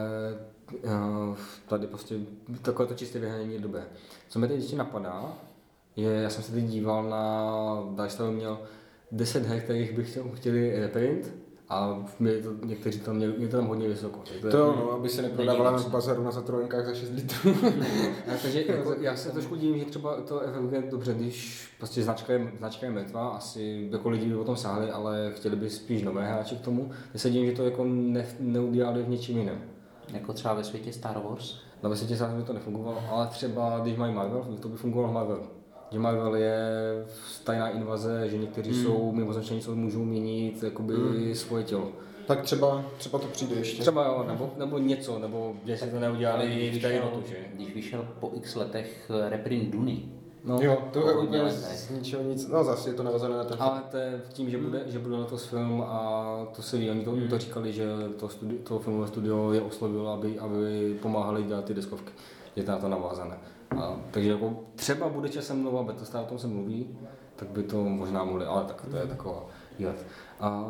uh, tady prostě takové to čisté vyhranění je dobré. Co mě teď ještě napadá, je, já jsem se teď díval na, Dice Tower měl deset her, kterých bych chtěl, chtěli reprint, a to, někteří tam měli, mě to tam hodně vysoko. To, to jo, no, aby se neprodávala na bazaru na zatrojenkách za šest litrů. Takže jako, já se trošku divím, že třeba to F F G je dobře, když prostě značka je, značka je mrtvá, asi jako lidi by o tom sáhli, ale chtěli by spíš nové hráče k tomu. Já se divím, že to jako ne, neudělali v něčím jiném. Jako třeba ve světě Star Wars? No ve světě Star Wars by to nefungovalo, ale třeba když mají Marvel, to by fungovalo v Marvel. Že Marvel je tajná invaze, že někteří mm. jsou mimozačení, co můžou měnit jakoby mm. svoje tělo. Tak třeba, třeba to přijde ještě. Třeba jo, nebo, nebo něco, nebo že si to neudělali v tajnotu, že? Když vyšel po x letech reprint Duny. No, jo, to je úplně z ničeho nic, no zase je to navazané na ten film. Ale to je tím, že bude, že bude letos film a to se ví, oni to, mm. to říkali, že to, studi- to filmové studio je oslovilo, aby, aby pomáhali dělat ty deskovky. Je to na to navázané. A, takže jako třeba bude časem nová Battlestar, o tom se mluví, tak by to možná mohli, ale tak to je taková let. A,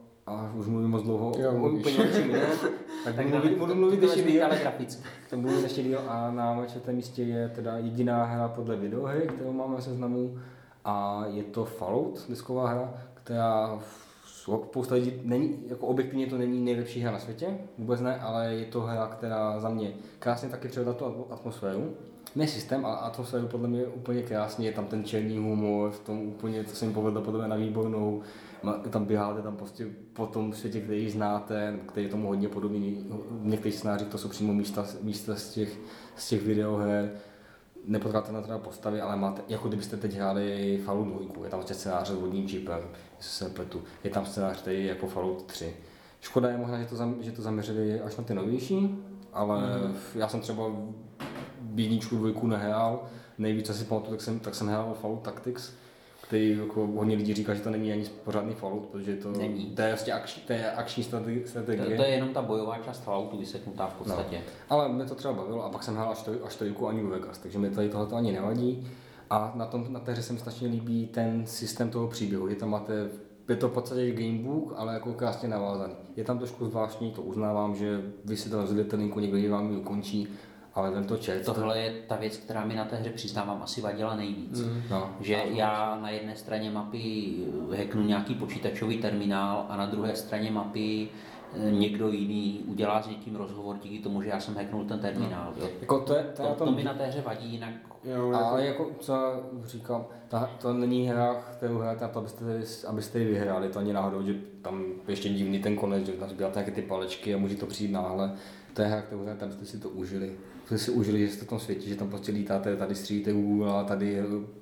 a už mluvím moc dlouho, jo, úplně něčím ne, tak, tak budu, budu mluvit ještě díl. Tak budu ještě díl a na čtvrtém místě je teda jediná hra podle videohry, kterou máme v seznamu, a je to Fallout, disková hra, která spousta lidí, není, jako objektivně to není nejlepší hra na světě, vůbec ne, ale je to hra, která za mě krásně taky předá tu atmosféru. Ne systém, ale atmosféru podle mě úplně krásně, je tam ten černý humor, v tom úplně, co se mi povedlo podle mě na výbornou. Tam běháte tam prostě po tom světě, který znáte, který je tomu hodně podobný. V některých scénářích to jsou přímo místa, místa z těch, z těch videoher. Nepotkáte na teda postavy, ale máte, jako kdybyste teď hráli Fallout dva, je tam vlastně scénář s vodním čipem, jestli se pletu. Je tam scénář, který je jako Fallout tři. Škoda je možná, že to, zam, že to zaměřili až na ty novější, ale mm. já jsem třeba jedničku, dvojku nehrál, nejvíc asi pamatuju, tak jsem, tak jsem hrál Fallout Tactics, který jako hodně lidí říká, že to není ani pořádný Fallout, protože to, není. to je vlastně akční, to je akční strategie. To, to je jenom ta bojová část Falloutu vyseknutá v podstatě. No. Ale mě to třeba bavilo a pak jsem hrál až, to, až trojku a New Vegas, takže mi tady tohle ani nevadí. A na, tom, na té hře se mi strašně líbí ten systém toho příběhu, je tam máte, je to v podstatě gamebook, ale jako krásně navázaný. Je tam trošku zvláštní, to uznávám, že vy si to rozdělíte linku, někdo vám ji ukončí, ale ten to čet. Tohle je ta věc, která mi na té hře přiznávám asi vadila nejvíc. Mm. No. Že já na jedné straně mapy hacknu nějaký počítačový terminál a na druhé straně mapy někdo jiný udělá s někým rozhovor díky tomu, že já jsem hacknul ten terminál. No. Jako to, je, to, to, to mi na té hře vadí, jinak... Jo, ale jako, jako co říkám, ta, to není hra, kterou hrajete na to, abyste, abyste ji vyhráli, to ani náhodou, že tam ještě divný ten konec, že tam zbíráte nějaké ty palečky a může to přijít náhle. To je hra, kterou hrajete, abyste si to užili. Jste si užili, že jste v tom světě, že tam prostě lítáte, tady střílíte Google a tady,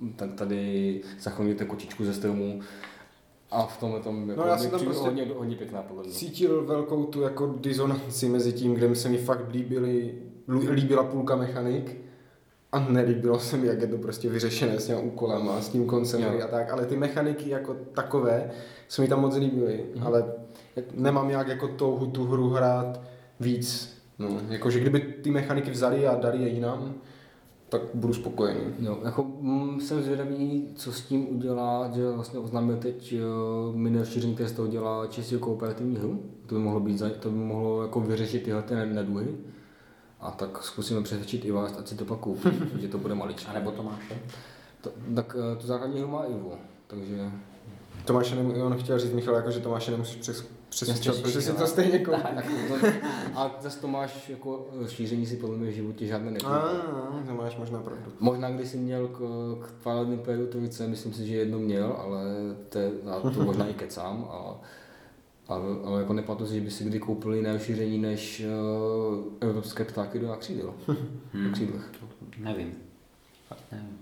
tady zachraňujete kočičku ze stromu. A v tomhle tom jako no, já jsem tam prostě hodně, hodně pěkná podle mě. Cítil velkou tu jako disonanci mezi tím, kde se mi fakt líbily, líbila půlka mechanik a nelíbilo se mi, jak je to prostě vyřešené s těma úkolama, s tím koncem Jo. hry a tak, ale ty mechaniky jako takové se mi tam moc líbily, Mhm. ale nemám nějak jako touhu tu hru hrát víc. No, jakože kdyby ty mechaniky vzali a dali je jinam, tak budu spokojený. Jo, jako mm, jsem zvědavý, co s tím udělá, že vlastně oznámil teď uh, mini rozšíření, které z toho dělá čistě kooperativní hru. To by mohlo být, za- to by mohlo jako vyřešit tyhle ty neduhy. A tak zkusíme přesvědčit i vás, ať si to pak koupí, že to bude maličké. A nebo Tomáše? To, tak uh, tu základní hru má Ivo, takže Tomáše, nem, on chtěl říct, Michal, jako, že Tomáše nemusíš přes, přesvědčit, Jasně, protože si jo. to stejně koupí. tak, to, a zase to máš jako šíření si podle mě v životě žádné nekoupí. Ah, to máš možná pravdu. Možná když jsi měl k, k Twilight Imperiu trojice, myslím si, že jedno měl, ale to, je- já to možná i kecám. A, ale, ale jako nepamatuji si, že by si kdy koupili jiné šíření než uh, evropské ptáky do křídel. Do křídlech. Nevím. Fakt nevím.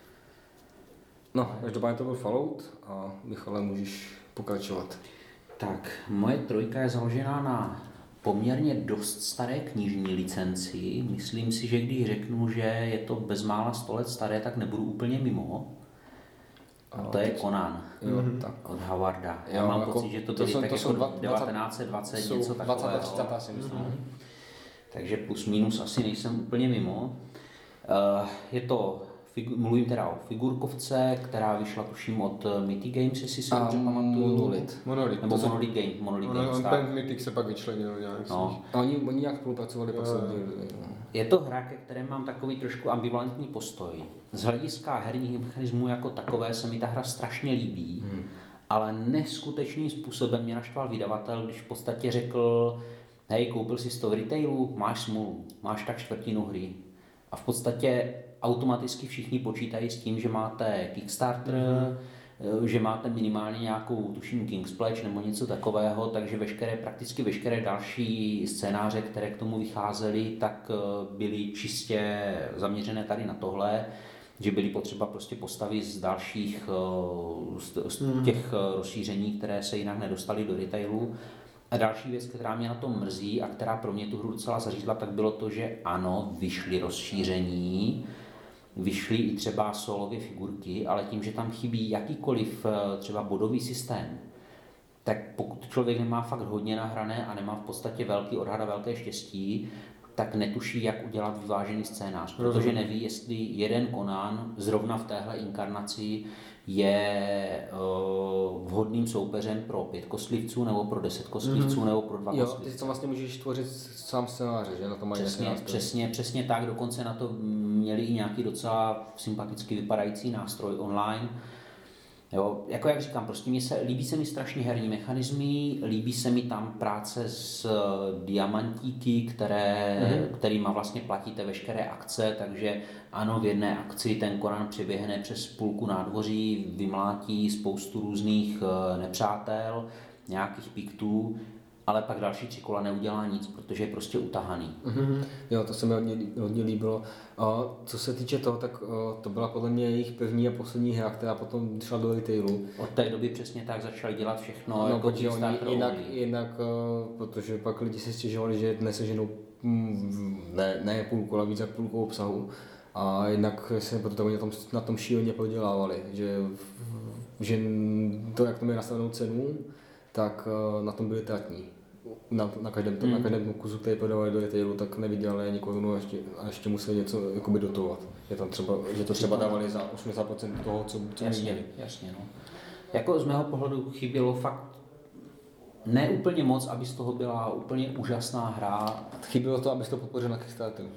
No, každopádně to byl Fallout a Michale, můžeš pokračovat. Tak, moje trojka je založená na poměrně dost staré knižní licenci. Myslím si, že když řeknu, že je to bezmála sto let staré, tak nebudu úplně mimo. A to je Conan Jo, tak. od Howarda. Já Jo, mám jako- pocit, že to to byly jsou- tak to jako jsou dva- devatenáct set dvacet, Jsou něco dvacátá, takového. třicátá si myslím. Takže plus minus asi nejsem úplně mimo. Uh, je to, figu- mluvím teda o figurkovce, která vyšla tuším od Mythic Games, jestli si A dobře pamatuju. Monolith. Monolith. Nebo to jsou- Monolith Game, Monolith On, Games, on tak. ten Mythic se pak vyčlenil nějak. No. A oni, oni nějak spolupracovali, pak se Jo. oddělili. no. Je to hra, ke které mám takový trošku ambivalentní postoj. Z hlediska herních mechanismů jako takové se mi ta hra strašně líbí, hmm. ale neskutečným způsobem mě naštval vydavatel, když v podstatě řekl, hej, koupil jsi to v retailu, máš smůlu, máš tak čtvrtinu hry. A v podstatě automaticky všichni počítají s tím, že máte Kickstarter, mm. že máte minimálně nějakou, tuším, King's Pledge nebo něco takového, takže veškeré, prakticky veškeré další scénáře, které k tomu vycházely, tak byly čistě zaměřené tady na tohle, že byly potřeba prostě postavy z dalších z, z těch rozšíření, které se jinak nedostaly do retailu. A další věc, která mě na tom mrzí a která pro mě tu hru docela zařízla, tak bylo to, že ano, vyšly rozšíření, vyšly i třeba solové figurky, ale tím, že tam chybí jakýkoliv třeba bodový systém, tak pokud člověk nemá fakt hodně nahrané a nemá v podstatě velký odhad a velké štěstí, tak netuší, jak udělat vyvážený scénář, protože neví, jestli jeden Conan zrovna v téhle inkarnaci je uh, vhodným soupeřem pro pět kostlivců, nebo pro deset kostlivců, mm-hmm. nebo pro dva Jo, kostlivců. ty si to vlastně můžeš tvořit sám scénáře, že na to mají Přesně, nějaký nástroj. přesně, přesně tak, dokonce na to měli i nějaký docela sympaticky vypadající nástroj online. Jo, jako jak říkám, prostě mi se, líbí se mi strašně herní mechanismy, líbí se mi tam práce s uh, diamantíky, které, mm-hmm. kterýma vlastně platíte veškeré akce, takže ano, v jedné akci ten Conan přeběhne přes půlku nádvoří, vymlátí spoustu různých uh, nepřátel, nějakých piktů, ale pak další tři kola neudělá nic, protože je prostě utahaný. Mm-hmm. Jo, to se mi hodně, hodně líbilo. A co se týče toho, tak o, to byla podle mě jejich první a poslední hra, která potom šla do retailu. Od té doby přesně tak začali dělat všechno. No, jako protože oni Kickstarter jinak, only. jinak o, protože pak lidi si stěžovali, že neseženou mm, ne, ne půlku, ale víc jak půlku obsahu. A jinak se proto oni na tom, na tom šíleně prodělávali, že, že to, jak to měli nastavenou cenu, tak o, na tom byli tratní. Na, na, každém, hmm. na každém kusu, který prodávali do retailu, tak nevydělali ani korunu a ještě, a ještě museli něco jakoby dotovat. Je tam třeba, že to třeba dávali za osmdesát procent toho, co, co Jasně, měli. jasně, no. Jako z mého pohledu chybělo fakt ne úplně moc, aby z toho byla úplně úžasná hra. Chybělo to, abys to podpořil na Kickstarteru.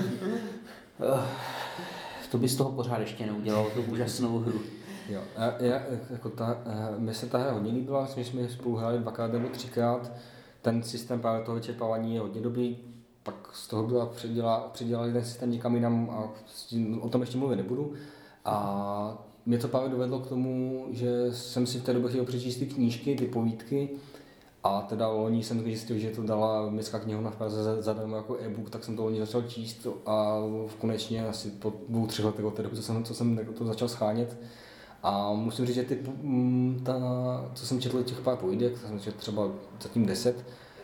To by z toho pořád ještě neudělalo tu úžasnou hru. Jo, já, já, jako ta, mě se ta hra hodně líbila, my jsme spolu hráli dvakrát nebo třikrát. Ten systém právě toho vyčerpávání je hodně dobrý, pak z toho byla předělá, předělali ten systém někam jinam a s tím, o tom ještě mluvit nebudu. A mě to právě dovedlo k tomu, že jsem si v té době chtěl přečíst ty knížky, ty povídky, a teda loni jsem zjistil, že to dala Městská knihovna v Praze zadarmo jako e-book, tak jsem to loni začal číst a konečně asi po dvou, třech letech od té doby, co jsem, co jsem to začal schánět. A musím říct, že ty, ta, co jsem četl těch pár povídek, jsem četl třeba zatím deset,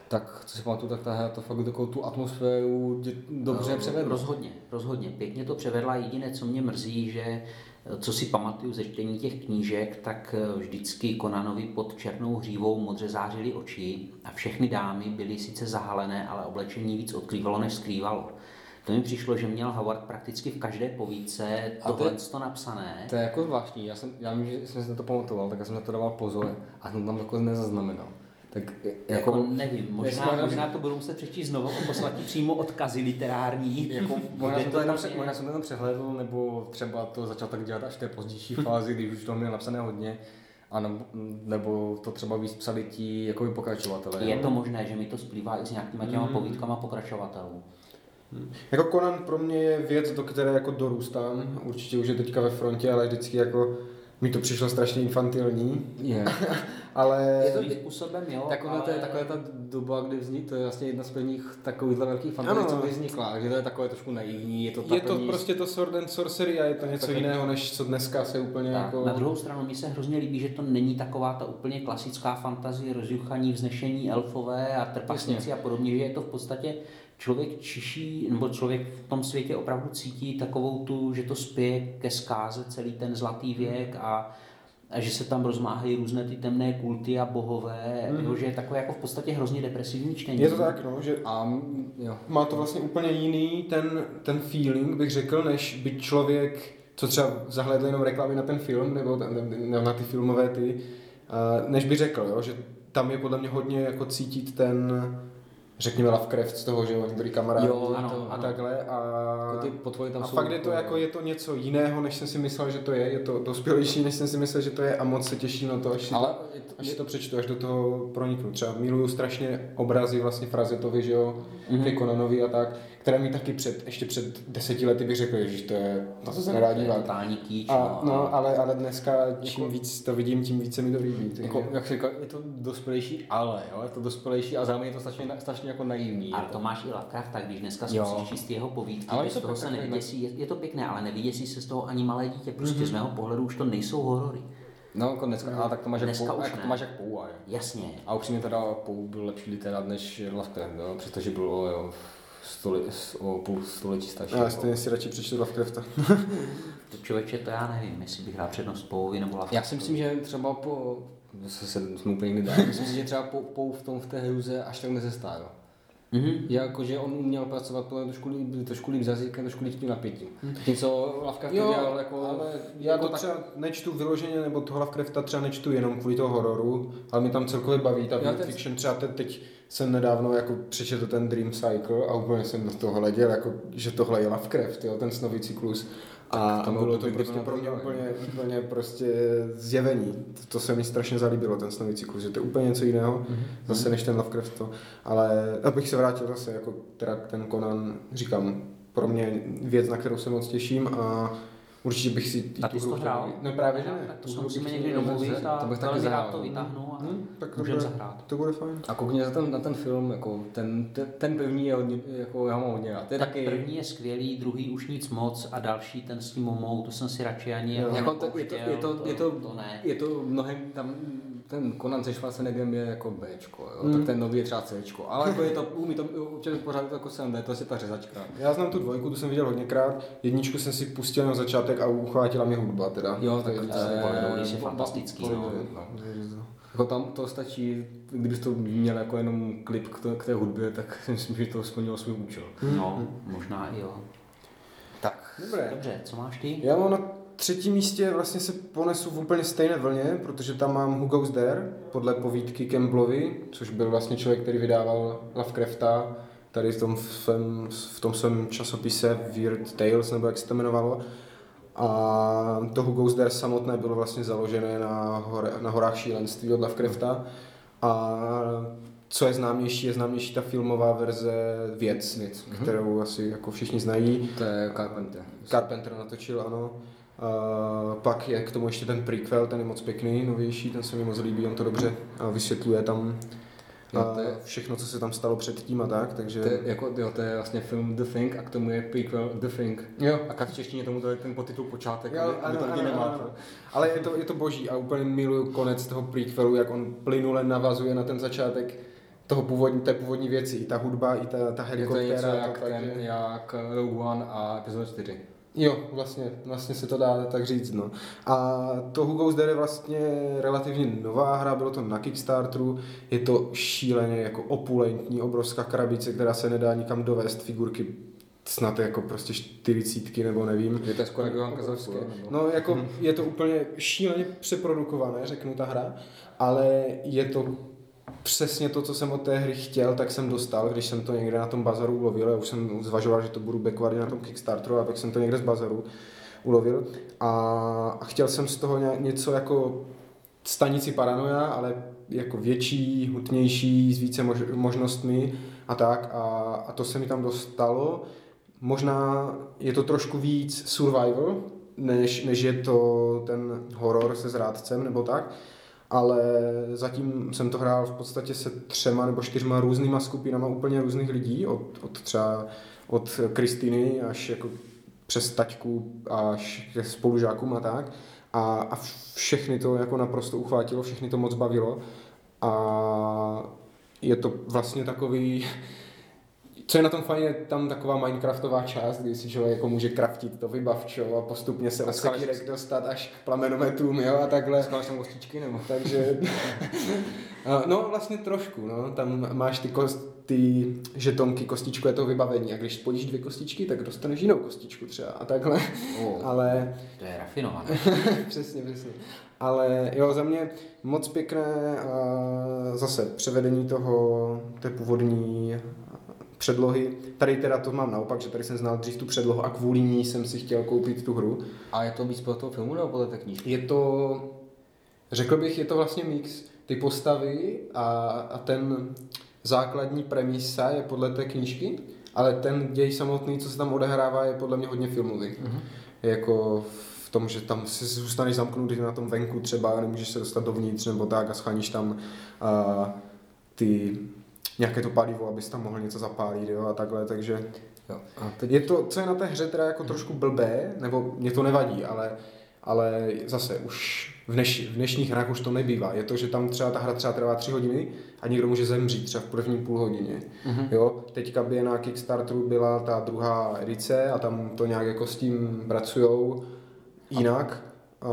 Tak, co si pamatuju, tak ta hra to fakt takovou tu atmosféru dobře Uh, převedla. Rozhodně, rozhodně. Pěkně to převedla. Jediné, co mě mrzí, že co si pamatuju ze čtení těch knížek, tak vždycky Conanovi pod černou hřívou modře zářily oči a všechny dámy byly sice zahalené, ale oblečení víc odkrývalo, než skrývalo. To mi přišlo, že měl Howard prakticky v každé povídce tohle to napsané. To je jako zvláštní, já, jsem, já vím, že jsem si na to pamatoval, tak já jsem na to dával pozor a jsem tam jako nezaznamenal. Tak jako, jako nevím, možná, možná, možná to budu muset přečíst znovu a poslat ti přímo odkazy literární. Jako, možná, jsem to jenom, možná jsem to tam přehlédl, nebo třeba to začal tak dělat až v té pozdější fázi, když už toho měl napsané hodně. A nebo, nebo to třeba víc psali ti jako pokračovatelé. Je to možné, že mi to splývá i s nějakýma těma mm. povídkama pokračovatelů. Hmm. Jako Conan pro mě je věc, do které jako dorůstám. Určitě už je teďka ve frontě, ale vždycky jako mi to přišlo strašně infantilní. Yeah. Ale je to i způsobem, jo. Takové, ale... to je taková ta doba, kdy vznikla, to je vlastně jedna z prvních takových velkých fantazí, co by vznikla, takže to je takové trošku naivní. Je to, je to první... prostě to Sword and Sorcery a je to něco tak jiného, než co dneska se úplně tak, jako... Na druhou stranu mi se hrozně líbí, že to není taková ta úplně klasická fantazie, rozjuchaní, vznešení, elfové a trpaslíci a podobně, že je to v podstatě člověk čiší, nebo člověk v tom světě opravdu cítí takovou tu, že to spěje ke zkáze celý ten zlatý věk a, a že se tam rozmáhají různé ty temné kulty a bohové, mm. jo, že je takové jako v podstatě hrozně depresivní čtení. Je to tak, no, že a, jo. Má to vlastně úplně jiný ten, ten feeling, bych řekl, než by člověk, co třeba zahlédl jenom reklamy na ten film, nebo na ty filmové ty, než by řekl, jo, že tam je podle mě hodně jako cítit ten, řekněme Lovecraft z toho, že oni byli kamarádi jo, ano, ano, a ano. takhle a, ty potvory tam a jsou fakt je to jako je to něco jiného, než jsem si myslel, že to je, je to dospělejší, než jsem si myslel, že to je a moc se těším na to, až si, Ale to, je to, až si to přečtu, až do toho proniknu. Třeba miluju strašně obrazy vlastně Frazetovi, že jo, mm-hmm. Conanovi a tak, které mi taky před, ještě před deseti lety bych řekl, že to je, na to se nedá dívat. Totální kýč, a, no, ale, ale dneska čím jako, víc to vidím, tím víc se mi to líbí. Jako, jak se říká, je to dospělejší, ale jo, je to dospělejší a zároveň je to strašně, strašně jako naivní. Ale to máš i Lovecrafta, když dneska zkusíš číst jeho povídky, ale z toho se nevyděsí, je, je to pěkné, ale nevyděsí se z toho ani malé dítě, prostě mm-hmm. z mého pohledu už to nejsou horory. No, jako dneska, no, ale tak to máš jak, pou, jak, to máš jak Poua, jo. Jasně. A upřímně teda Pou byl lepší literát než Lovecraft, jo, přestože byl o, jo, stole, o půl století starší. Já stejně si radši přečtu Lovecrafta. To člověče, to já nevím, jestli bych dal přednost Pouovi nebo Lovecraftu. Já si myslím, že třeba po, zase se jsme úplně někdy dál, myslím si, že třeba Pou v tom v té hruze až tak nezestál. Mm-hmm. Jako, že on uměl pracovat trošku líp, trošku líp s jazykem, trošku líp s tím napětím. Mm. Něco Lovecraft dělal jako... ale já jako to tak... třeba nečtu vyloženě, nebo toho Lovecrafta třeba nečtu jenom kvůli toho hororu, ale mi tam celkově baví ta teď... fiction. Třeba teď, teď jsem nedávno jako přečetl ten Dream Cycle a úplně jsem do toho hleděl, jako, že tohle je Lovecraft, jo, ten snový cyklus. A, a bylo to prostě pro mě úplně, úplně prostě zjevení. To, to se mi strašně zalíbilo, ten snový cyklus, že to je úplně něco jiného, mm-hmm. zase než ten Lovecraft to. Ale abych se vrátil zase, jako teda ten Conan, říkám, pro mě věc, na kterou se moc těším a určitě bych si tak tu hru hrál? No právě, že ne. To musíme někdy domluvit a to bych taky zahrál. To vytáhnu a hmm, tak můžeme zahrát. To bude fajn. A koukni na ten, na ten film, jako ten, ten, ten první je hodně, jako já mám hodně rád. Ten taky... první je skvělý, druhý už nic moc a další ten s tím momou, to jsem si radši ani jo. Jako to, je, to, je, to, to, je, to, to, ne. je to mnohem tam, ten Conan se Schwarzeneggerem je jako Bčko, jo? Mm. Tak ten nový je třeba Cčko, ale jako je to, umí to občas pořád jako sem jde, to je ta řezačka. Já znám tu dvojku, tu jsem viděl hodněkrát, jedničku jsem si pustil na začátek a uchvátila mě hudba teda. Jo, tak to je fantastický. Jako tam to stačí, kdybys to měl jako jenom klip k, to, k té hudbě, tak si myslím, že to splnilo svůj účel. No, možná i jo. Tak, Dobré. Dobře, co máš ty? Já mám na třetím místě, vlastně se ponesu v úplně stejné vlně, protože tam mám Who Goes There, podle povídky Campbellovi, což byl vlastně člověk, který vydával Lovecrafta, tady v tom svém, v tom svém časopise Weird Tales, nebo jak se to jmenovalo. A to Who Goes There samotné bylo vlastně založené na, hore, na horách šílenství od Lovecrafta. A co je známější, je známější ta filmová verze Věc, Věc mm-hmm. kterou asi jako všichni znají. To je Carpenter. Carpenter natočil, ano. Uh, pak je k tomu ještě ten prequel, ten je moc pěkný, novější, ten se mi moc líbí, on to dobře uh, vysvětluje tam jo, to je, všechno, co se tam stalo předtím a tak, takže... To je, jako, jo, to je vlastně film The Thing a k tomu je prequel The Thing. Jo. A v češtině tomu to je ten podtitul počátek, jo, aby, ano, aby to ano, nemá. Ano. Ale je to, je to boží a úplně miluju konec toho prequelu, jak on plynule navazuje na ten začátek toho původní, té původní věci, i ta hudba, i ta, ta helikoptéra. Je to něco jak, to tak, ten, že... jak Rogue One a epizoda čtyři. Jo, vlastně, vlastně se to dá tak říct, no. A to Who Goes There je vlastně relativně nová hra, bylo to na Kickstarteru, je to šíleně jako opulentní, obrovská krabice, která se nedá nikam dovést, figurky snad jako prostě čtyřicítky nebo nevím. Je to skoro jako Hanka Zavské. No jako je to úplně šíleně přeprodukované, řeknu ta hra, ale je to přesně to, co jsem od té hry chtěl, tak jsem dostal, když jsem to někde na tom bazaru ulovil. Já už jsem zvažoval, že to budu backward na tom Kickstarteru, a pak jsem to někde z bazaru ulovil. A chtěl jsem z toho něco jako stanici Paranoia, ale jako větší, hutnější, s více mož- možnostmi a tak. A, a to se mi tam dostalo. Možná je to trošku víc survival, než, než je to ten horor se zrádcem nebo tak. Ale zatím jsem to hrál v podstatě se třema nebo čtyřma různýma skupinama úplně různých lidí, od, od třeba od Kristýny až jako přes taťku až ke spolužákům a tak. A, a všechny to jako naprosto uchvátilo, všechny to moc bavilo. A je to vlastně takový... Co je na tom fajn, je tam taková Minecraftová část, kdy si člověk jako může craftit to vybavčo a postupně se od sekírek dostat až k plamenometům, jo, a takhle. Skáš tam kostičky, nebo? Takže, no vlastně trošku, no, tam máš ty, kost, ty žetonky, kostičku je to vybavení a když spojíš dvě kostičky, tak dostaneš jinou kostičku třeba a takhle, oh, ale... To je rafinované. Přesně, přesně. Ale jo, za mě moc pěkné a zase převedení toho, té původní předlohy. Tady teda to mám naopak, že tady jsem znal dřív tu předlohu a kvůli ní jsem si chtěl koupit tu hru. A je to víc podle toho filmu nebo podle té knížky? Je to, řekl bych, je to vlastně mix. Ty postavy a, a ten základní premisa je podle té knížky, ale ten děj samotný, co se tam odehrává, je podle mě hodně filmový. Mm-hmm. Jako v tom, že tam si zůstaneš zamknutý na tom venku třeba, nemůžeš se dostat dovnitř nebo tak a scháníš tam uh, ty... nějaké to palivo, abys tam mohl něco zapálit, jo, a takhle, takže jo. A teď... je to, co je na té hře teda jako trošku blbé, nebo mě to nevadí, ale, ale zase už v, dneš, v dnešních hrách už to nebývá, je to, že tam třeba ta hra třeba trvá tři hodiny a někdo může zemřít třeba v první půl hodině, mm-hmm. jo, teďka by na Kickstarteru byla ta druhá edice a tam to nějak jako s tím pracujou jinak. A,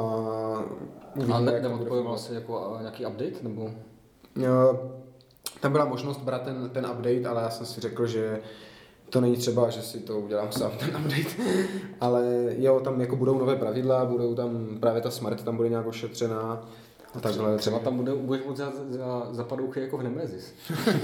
a ne, nebo to bylo vlastně jako nějaký update, nebo? Jo, tam byla možnost brát ten, ten update, ale já jsem si řekl, že to není třeba, že si to udělám sám, ten update. Ale jo, tam jako budou nové pravidla, budou tam právě ta smrt, tam bude nějak ošetřená. A takhle. Třeba tam bude, budeš moc za, za, za padouchy jako v Nemesis.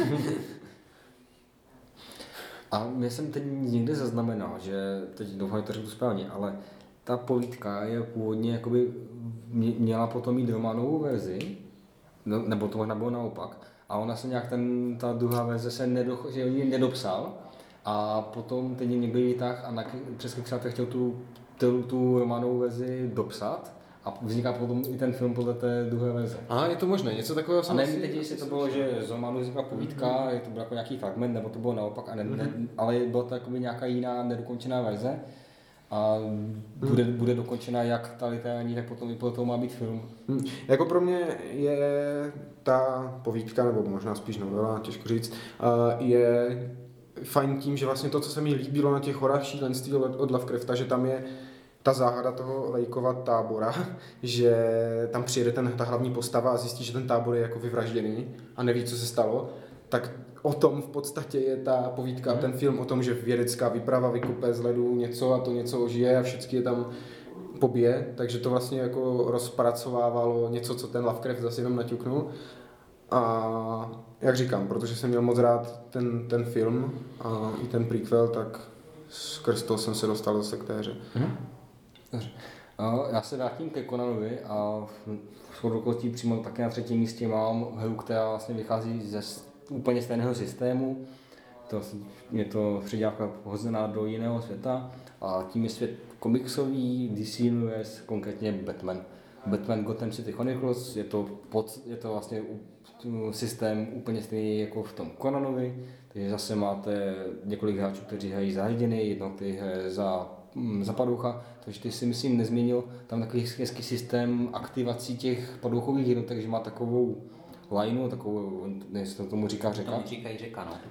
A já jsem teď někde zaznamenal, že teď doufám, že to řeknu správně, ale ta povídka je původně jakoby měla potom mít románovou verzi, no, nebo to možná bylo naopak. A ona se nějak ten, ta druhá verze se nedo, že ji nedopsal a potom teď někdo ji vytáhl a na, přes Kickstarter chtěl tu, tu, tu románovou verzi dopsat a vzniká potom i ten film podle té druhé verze. A je to možné, něco takového jsem a nevím teď, jestli to bylo, že z románu vznikla povídka, mm-hmm. to byl jako nějaký fragment, nebo to bylo naopak, a ne, mm-hmm. ne, ale byla to jakoby nějaká jiná nedokončená verze. A bude, hmm. bude dokončena jak ta literární, tak potom i podle toho má být film. Hmm. Jako pro mě je ta povídka, nebo možná spíš novela, těžko říct, je fajn tím, že vlastně to, co se mi líbilo na těch horách šílenství od Lovecrafta, že tam je ta záhada toho Lakeova tábora, že tam přijede ten, ta hlavní postava a zjistí, že ten tábor je jako vyvražděný a neví, co se stalo, tak o tom v podstatě je ta povídka, ten film o tom, že vědecká výprava vykupe z ledu něco a to něco ožije a všichni je tam pobije, takže to vlastně jako rozpracovávalo něco, co ten Lovecraft zase jenom naťuknul. A jak říkám, protože jsem měl moc rád ten, ten film a i ten prequel, tak skrz toho jsem se dostal zase k té hře. Mhm. Já se vrátím ke Conanovi a v okolností přímo také na třetím místě mám hru, která vlastně vychází ze úplně stejného systému. To, je to středňávka hozená do jiného světa a tím je svět komiksový, D C Universe, konkrétně Batman. Batman Gotham City Chronicles, je to, pod, je to vlastně systém úplně stejný jako v tom Conanovi, takže zase máte několik hráčů, kteří hrají za hrdiny, jedno, který hraje za, za padoucha, takže ty si myslím nezměnil tam takový hezký systém aktivací těch padouchových jednotek, že má takovou lineu, takovou, jestli to tomu říká řeka. To mi říkají řeka, no.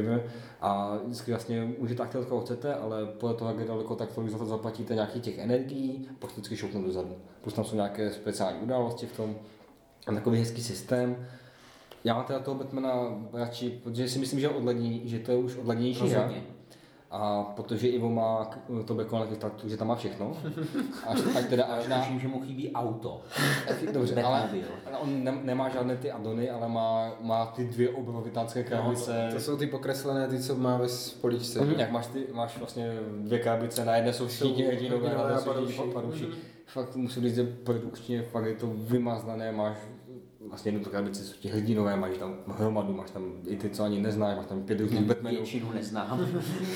A vždycky vlastně můžete aktivovat, koho chcete, ale podle toho, jak je daleko, tak tolik za to zaplatíte nějakých těch energií a pak to vždycky šoupnu dozadu. Plus tam jsou nějaké speciální události v tom a takový hezký systém. Já mám teda toho Batmana radši, protože si myslím, že, odladí, že to je už odladěnější hra. A protože Ivo má to Batmana, že tam má všechno. Až, až teda až na... Myslím, že mu chybí auto. Dobře, ale, ale on ne, nemá žádné ty addony, ale má, má ty dvě obrovitánské krabice. No, to, to jsou ty pokreslené, ty, co má ve poličce. Mm-hmm. Jak máš, ty, máš vlastně dvě krabice, na jedné jsou všichni hrdinové, na druhé jsou padouši. Fakt musím říct, že produkčně fakt je to vymaznané, máš vlastně jednu krabici jsou ti hrdinové, máš tam hromadu, máš tam i ty, co ani neznáš, máš tam pět různých Batmanů. Většinu neznám.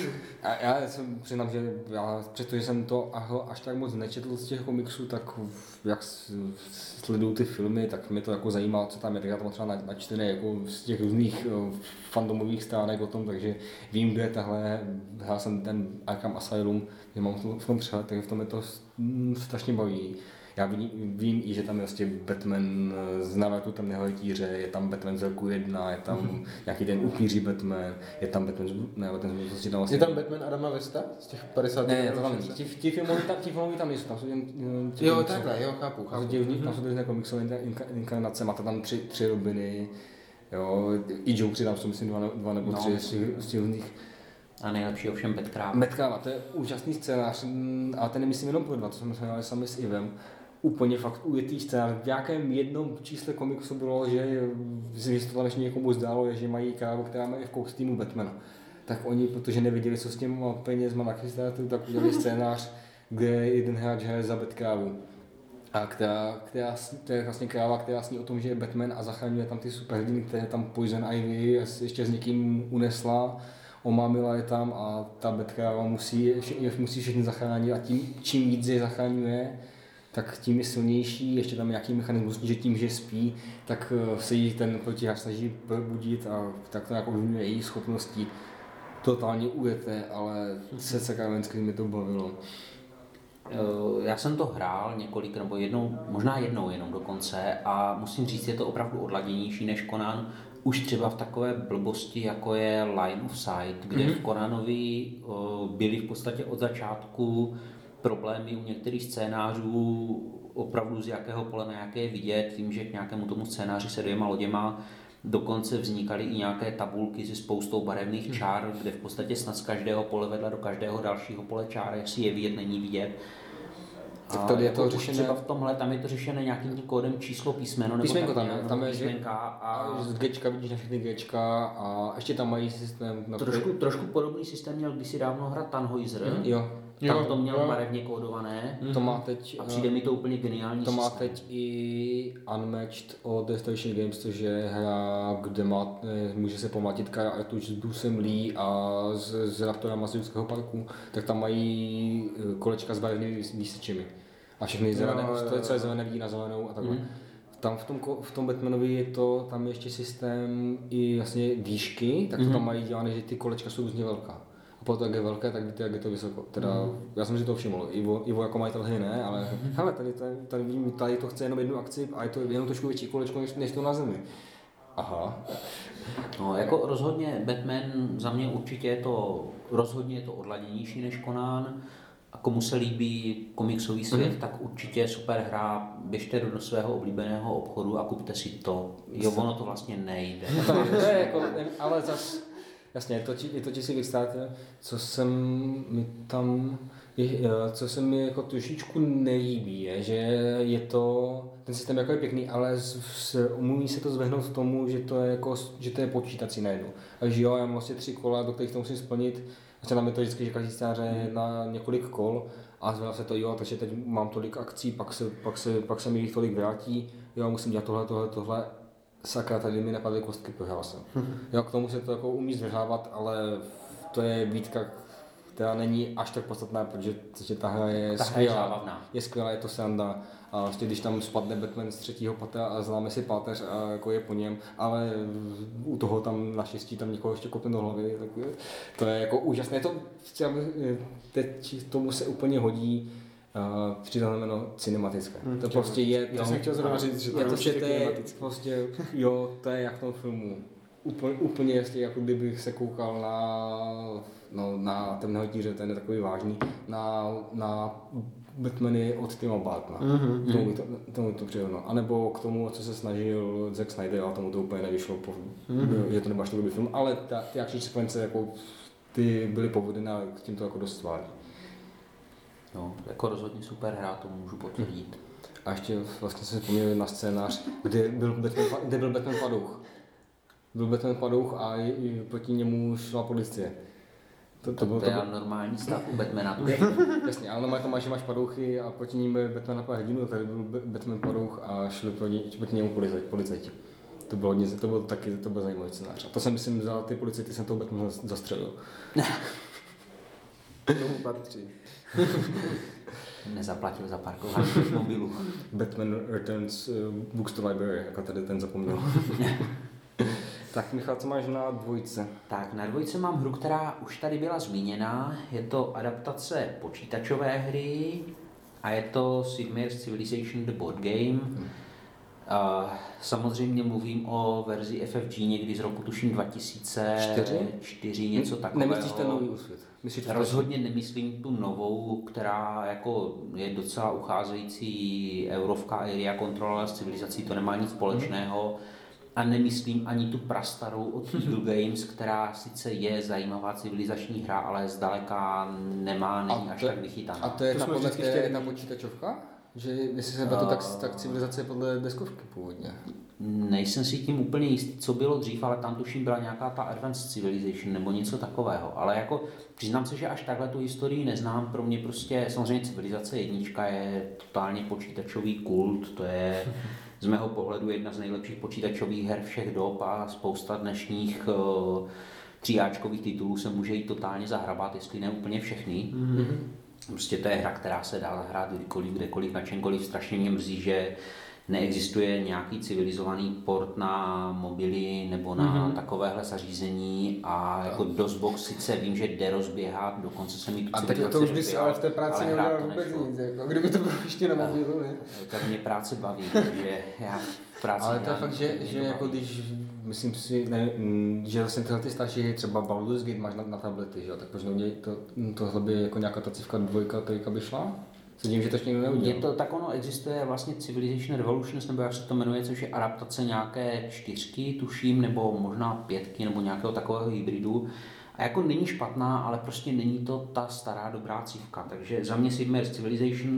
A já jsem přiznám, že já, přestože jsem to až tak moc nečetl z těch komiksů, tak jak sleduju ty filmy, tak mě to jako zajímá, co tam je, tak já to třeba načtené jako z těch různých fandomových stránek o tom, takže vím, kde je tahle, hrál jsem ten Arkham Asylum, že mám v tom přehled, takže v tom je to strašně baví. Já vím, vím i, že tam je vlastně Batman z návratu temného rytíře, je tam Batman z roku jedna, je tam mm-hmm. nějaký ten upíří Batman, je tam Batman, ne, Batman z vlastně tam vlastně... Je tam Batman Adama Westa z těch padesátých? Ne, to tam není. Ti, ti filmoví tam, ti filmoví tam nejsou, tam jsou jen... Ti jo, takhle, jo, chápu, chápu. Tam, mm-hmm. tam jsou různé komiksové inkarnace, máte tam tři, tři Robiny, jo, i Jokeři tam jsou myslím dva, dva nebo tři no. z těch různých. A nejlepší ovšem Batcraft. Batcraft, to je úžasný scénář, ale ten nemyslím jenom pro dva, to jsme se měli sami s Ivem. Úplně fakt ujetý scénář. V nějakém jednom čísle komiksu bylo, že si to tam ještě někomu zdálo, že mají kávu, která má i v kostýmu Batmana. Tak oni, protože nevěděli, co s těmi penězma nachystat, tak udělali scénář, kde jeden hráč hraje za Batkávu. A která, která, to je vlastně kráva, která sní o tom, že je Batman a zachraňuje tam ty superhrdiny, které tam Poison Ivy ještě s někým unesla. Omámila je tam a ta Batkráva musí, musí všechny zachránit a tím, čím víc je zachraňuje, tak tím je silnější, ještě tam nějaký mechanismus, že tím, že spí, tak se jí ten protihář snaží probudit a tak to jako ovlivňuje její schopnosti. Totálně ujete, ale se sekavensky mi to bavilo. Já jsem to hrál několik, nebo jednou, možná jednou jenom dokonce a musím říct, je to opravdu odladěnější než Conan. Už třeba v takové blbosti, jako je Line of Sight, kde mm-hmm. v Conanovi byly v podstatě od začátku problémy u některých scénářů, opravdu z jakého pole na jaké je vidět. Vím, že k nějakému tomu scénáři se dvěma loděma dokonce vznikaly i nějaké tabulky se spoustou barevných čár, kde v podstatě snad z každého pole vedla do každého dalšího pole čár, jestli je vidět, není vidět. Tak tady je to jako řešené... třeba v tomhle, tam je to řešené nějakým tím kódem číslo písmeno, nebo písmenko tam, tam, je, tam je, písmenka a... z Gčka vidíš na všechny Gčka a ještě tam mají systém... Na trošku, trošku podobný systém měl kdysi dávno hra Tannhäuser. Mm. Jo. Tam to mělo barevně kódované. Mm. To má teď... A přijde mi to úplně geniální To má systém. teď i Unmatched od Devastation Games, což je hra, kde má, může se pomlatit Kara Artuš s Brucem Lee a s, s Raptorem z Judského parku, tak tam mají kolečka s barevnými výsečemi. A všechny zelené, to je, co je zelené, vidí na zelenou a takhle. Mm. Tam v tom, v tom Batmanovi je to, tam je ještě systém i vlastně výšky, tak to mm. tam mají dělané, že ty kolečka jsou různě velká. A potom, jak je velké, tak víte, jak je to vysoko. Teda, mm. já jsem si to všiml, Ivo, Ivo jako majitel hry ne, ale mm. hele, tady, tady, tady vidím, tady to chce jenom jednu akci a je to jenom trošku větší kolečko, než, než to na zemi. Aha. No, jako rozhodně Batman za mě určitě je to, rozhodně je to odladěnější než Conan. A komu se líbí komiksový svět, mm. tak určitě super hra, běžte do svého oblíbeného obchodu a kupte si to. Jo, ono to vlastně nejde. To je jako, ale zas, jasně, je to, je to Jesse Kickstarter, co jsem mi tam, je, co se mi jako trošičku nelíbí, je, že je to, ten systém jako je pěkný, ale umí se to zvehnout k tomu, že to je, jako, že to je počítací najednou. Takže jo, já mám vlastně tři kola, do kterých to musím splnit. Vlastně tam je to vždycky, že každý scénář je na několik kol a zvedá se to, jo, takže teď mám tolik akcí, pak se, pak se, pak se mi jich tolik vrátí, jo, musím dělat tohle, tohle, tohle, sakra, tady mi napadly kostky, prohrál jsem. Jo, k tomu se to jako umí zvrhávat, ale to je výtka, která není až tak podstatná, protože, protože ta hra je ta skvělá, je skvělá, je to sranda. A vlastně, když tam spadne Batman z třetího patra a známe si páteř a jako je po něm, ale u toho tam naštěstí tam někoho ještě kopne do hlavy, tak to je jako úžasné. To, teď tomu se úplně hodí Uh, přiznamenáno cinematické. Hmm, to prostě je... To jsem chtěl zrovna říct, že to je je prostě, určitě to je, kinematické. prostě, jo, to je jak v tom filmu. Úplně, úplně jestli, jako kdybych se koukal na, no, na Temného tíře, ten je takový vážný, na, na Batmany od Tima Bartona. Mm-hmm. Tomu to, tomu to přirovnal. A nebo k tomu, co se snažil Zack Snyder, a tomu to úplně nevyšlo, po, mm-hmm. že to nebyl až takový film, ale ta, ty akční sekvence, jako, ty byly povedené a tím to jako dost tvární. No, jako rozhodně super hra, to můžu potvrdit. A ještě vlastně jsem si vzpomněl na scénář, kde byl Batman, kde byl Batman padouch. Byl Batman padouch a i, i proti němu šla policie. To, to, to, to je byl normální stav u Batmana. Jasně, ale normálně to máš, že máš padouchy a proti ním je Batman napad hrdinu, tady byl Batman padouch a šli proti, proti němu policajti. To bylo, to bylo taky, to byl zajímavý scénář. A to jsem myslím, za ty policajty jsem toho Batmana zastřelil. Tomu patří. Nezaplatil za parkování v mobilu. Batman Returns uh, Books to Library, jako tady ten zapomněl. Tak Michal, co máš na dvojce? Tak na dvojce mám hru, která už tady byla zmíněna. Je to adaptace počítačové hry a je to Sid Meier's Civilization The Board Game. Hmm. Uh, samozřejmě mluvím o verzi F F G někdy z roku tuším dva tisíce čtyři, něco takového. Nemyslíš ten nový úsvit? Myslíš, rozhodně nemyslím tu novou, která jako je docela ucházející eurovka area kontrola s civilizací, to nemá nic společného. Hmm. A nemyslím ani tu prastarou od Eagle Games, která sice je zajímavá civilizační hra, ale zdaleka nemá, není až tak vychytaná. A to je to ta, podle které ta počítačovka? Že jestli se to tak, tak civilizace je podle deskovky původně. Nejsem si tím úplně jistý, co bylo dřív, ale tam tuším byla nějaká ta Advanced Civilization nebo něco takového. Ale jako přiznám se, že až takhle tu historii neznám. Pro mě prostě samozřejmě civilizace jednička je totálně počítačový kult, to je z mého pohledu jedna z nejlepších počítačových her všech dob a spousta dnešních uh, tříáčkových titulů se může jít totálně zahrabat, jestli ne úplně všechny. Mm-hmm. Prostě to je hra, která se dá hrát kdykoliv, kdekoliv, na čemkoliv. Strašně mě mrzí, že neexistuje nějaký civilizovaný port na mobily nebo na mm-hmm. takovéhle zařízení a jako DOSBox sice vím, že jde rozběhat, dokonce se mi tu civilizace rozběhat. A to už bys ale v té práci neudělal vůbec nic, jako, kdyby to bylo ještě na mobilu, ne? Tak mě práce baví, takže já v práci ale to je fakt, že, že jako když, myslím si, ne, že vlastně tyhle ty starší třeba Baldur's Gate máš na, na tablety, že jo, tak proč neudělat to, tohle by jako nějaká ta cívka dvojka, trojka by šla? Se tím, že to ještě někdo neudělal. Je to, tak ono existuje vlastně Civilization Revolutions, nebo jak se to jmenuje, což je adaptace nějaké čtyřky, tuším, nebo možná pětky, nebo nějakého takového hybridu. A jako není špatná, ale prostě není to ta stará dobrá cívka. Takže za mě Sid Meier's Civilization,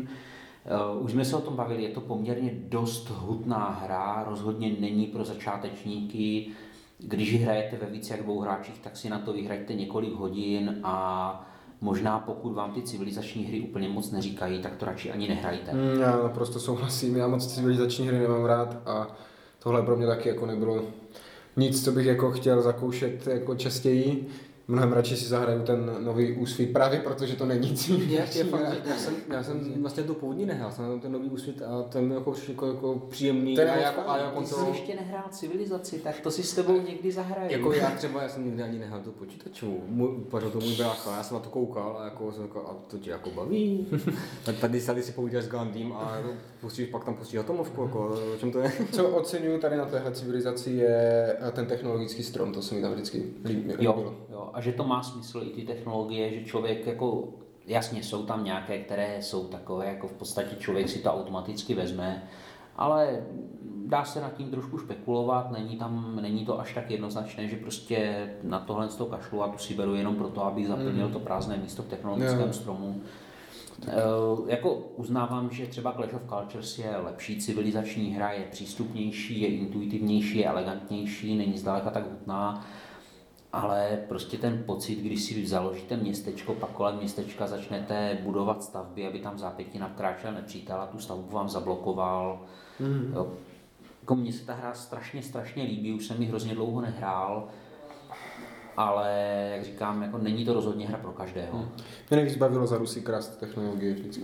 uh, už jsme se o tom bavili, je to poměrně dost hutná hra, rozhodně není pro začátečníky. Když ji hrajete ve více jak dvou hráčích, tak si na to vyhrajte několik hodin a možná pokud vám ty civilizační hry úplně moc neříkají, tak to radši ani nehrajte. Mm, já naprosto souhlasím, já moc civilizační hry nemám rád a tohle pro mě taky jako nebylo nic, co bych jako chtěl zakoušet jako častěji. Mnohem radši si zahraju ten nový Úsvit, právě protože to není civilizační hra. Já jsem, já jsem vlastně to původní nehrál, jsem ten nový Úsvit a ten jako, jako, jako příjemný ten a jako, a jako kontrol. Ty jsi ještě nehrál civilizaci, tak to si s tebou někdy zahraju. Jako já třeba, já jsem nikdy ani nehrál tu počítačovou, pařil to můj brácha, já jsem na to koukal a jako jsem říkal, a to tě jako baví. Tady tady si povídáš s Gandhim a pustíš, pak tam pustíš atomovku, jako, o čem to je? Co oceňuju tady na téhle civilizaci je ten technologický strom, to se mi tam vždycky líbilo. Jo, jo, a že to má smysl i ty technologie, že člověk jako, jasně jsou tam nějaké, které jsou takové, jako v podstatě člověk si to automaticky vezme, ale dá se nad tím trošku špekulovat, není tam, není to až tak jednoznačné, že prostě na tohle z toho kašlu a tu si beru jenom proto, abych zaplnil mm. to prázdné místo v technologickém no. stromu. E, jako uznávám, že třeba Clash of Cultures je lepší civilizační hra, je přístupnější, je intuitivnější, je elegantnější, není zdaleka tak hutná, ale prostě ten pocit, když si založíte městečko, pak kolem městečka začnete budovat stavby, aby tam zápětí nakráčel nepřítel a tu stavbu vám zablokoval. Mm. Jo. Jako mně se ta hra strašně, strašně líbí, už jsem ji hrozně dlouho nehrál, ale jak říkám, jako není to rozhodně hra pro každého. Mm. Mě nejvíc bavilo za Rusy krást technologie vždycky.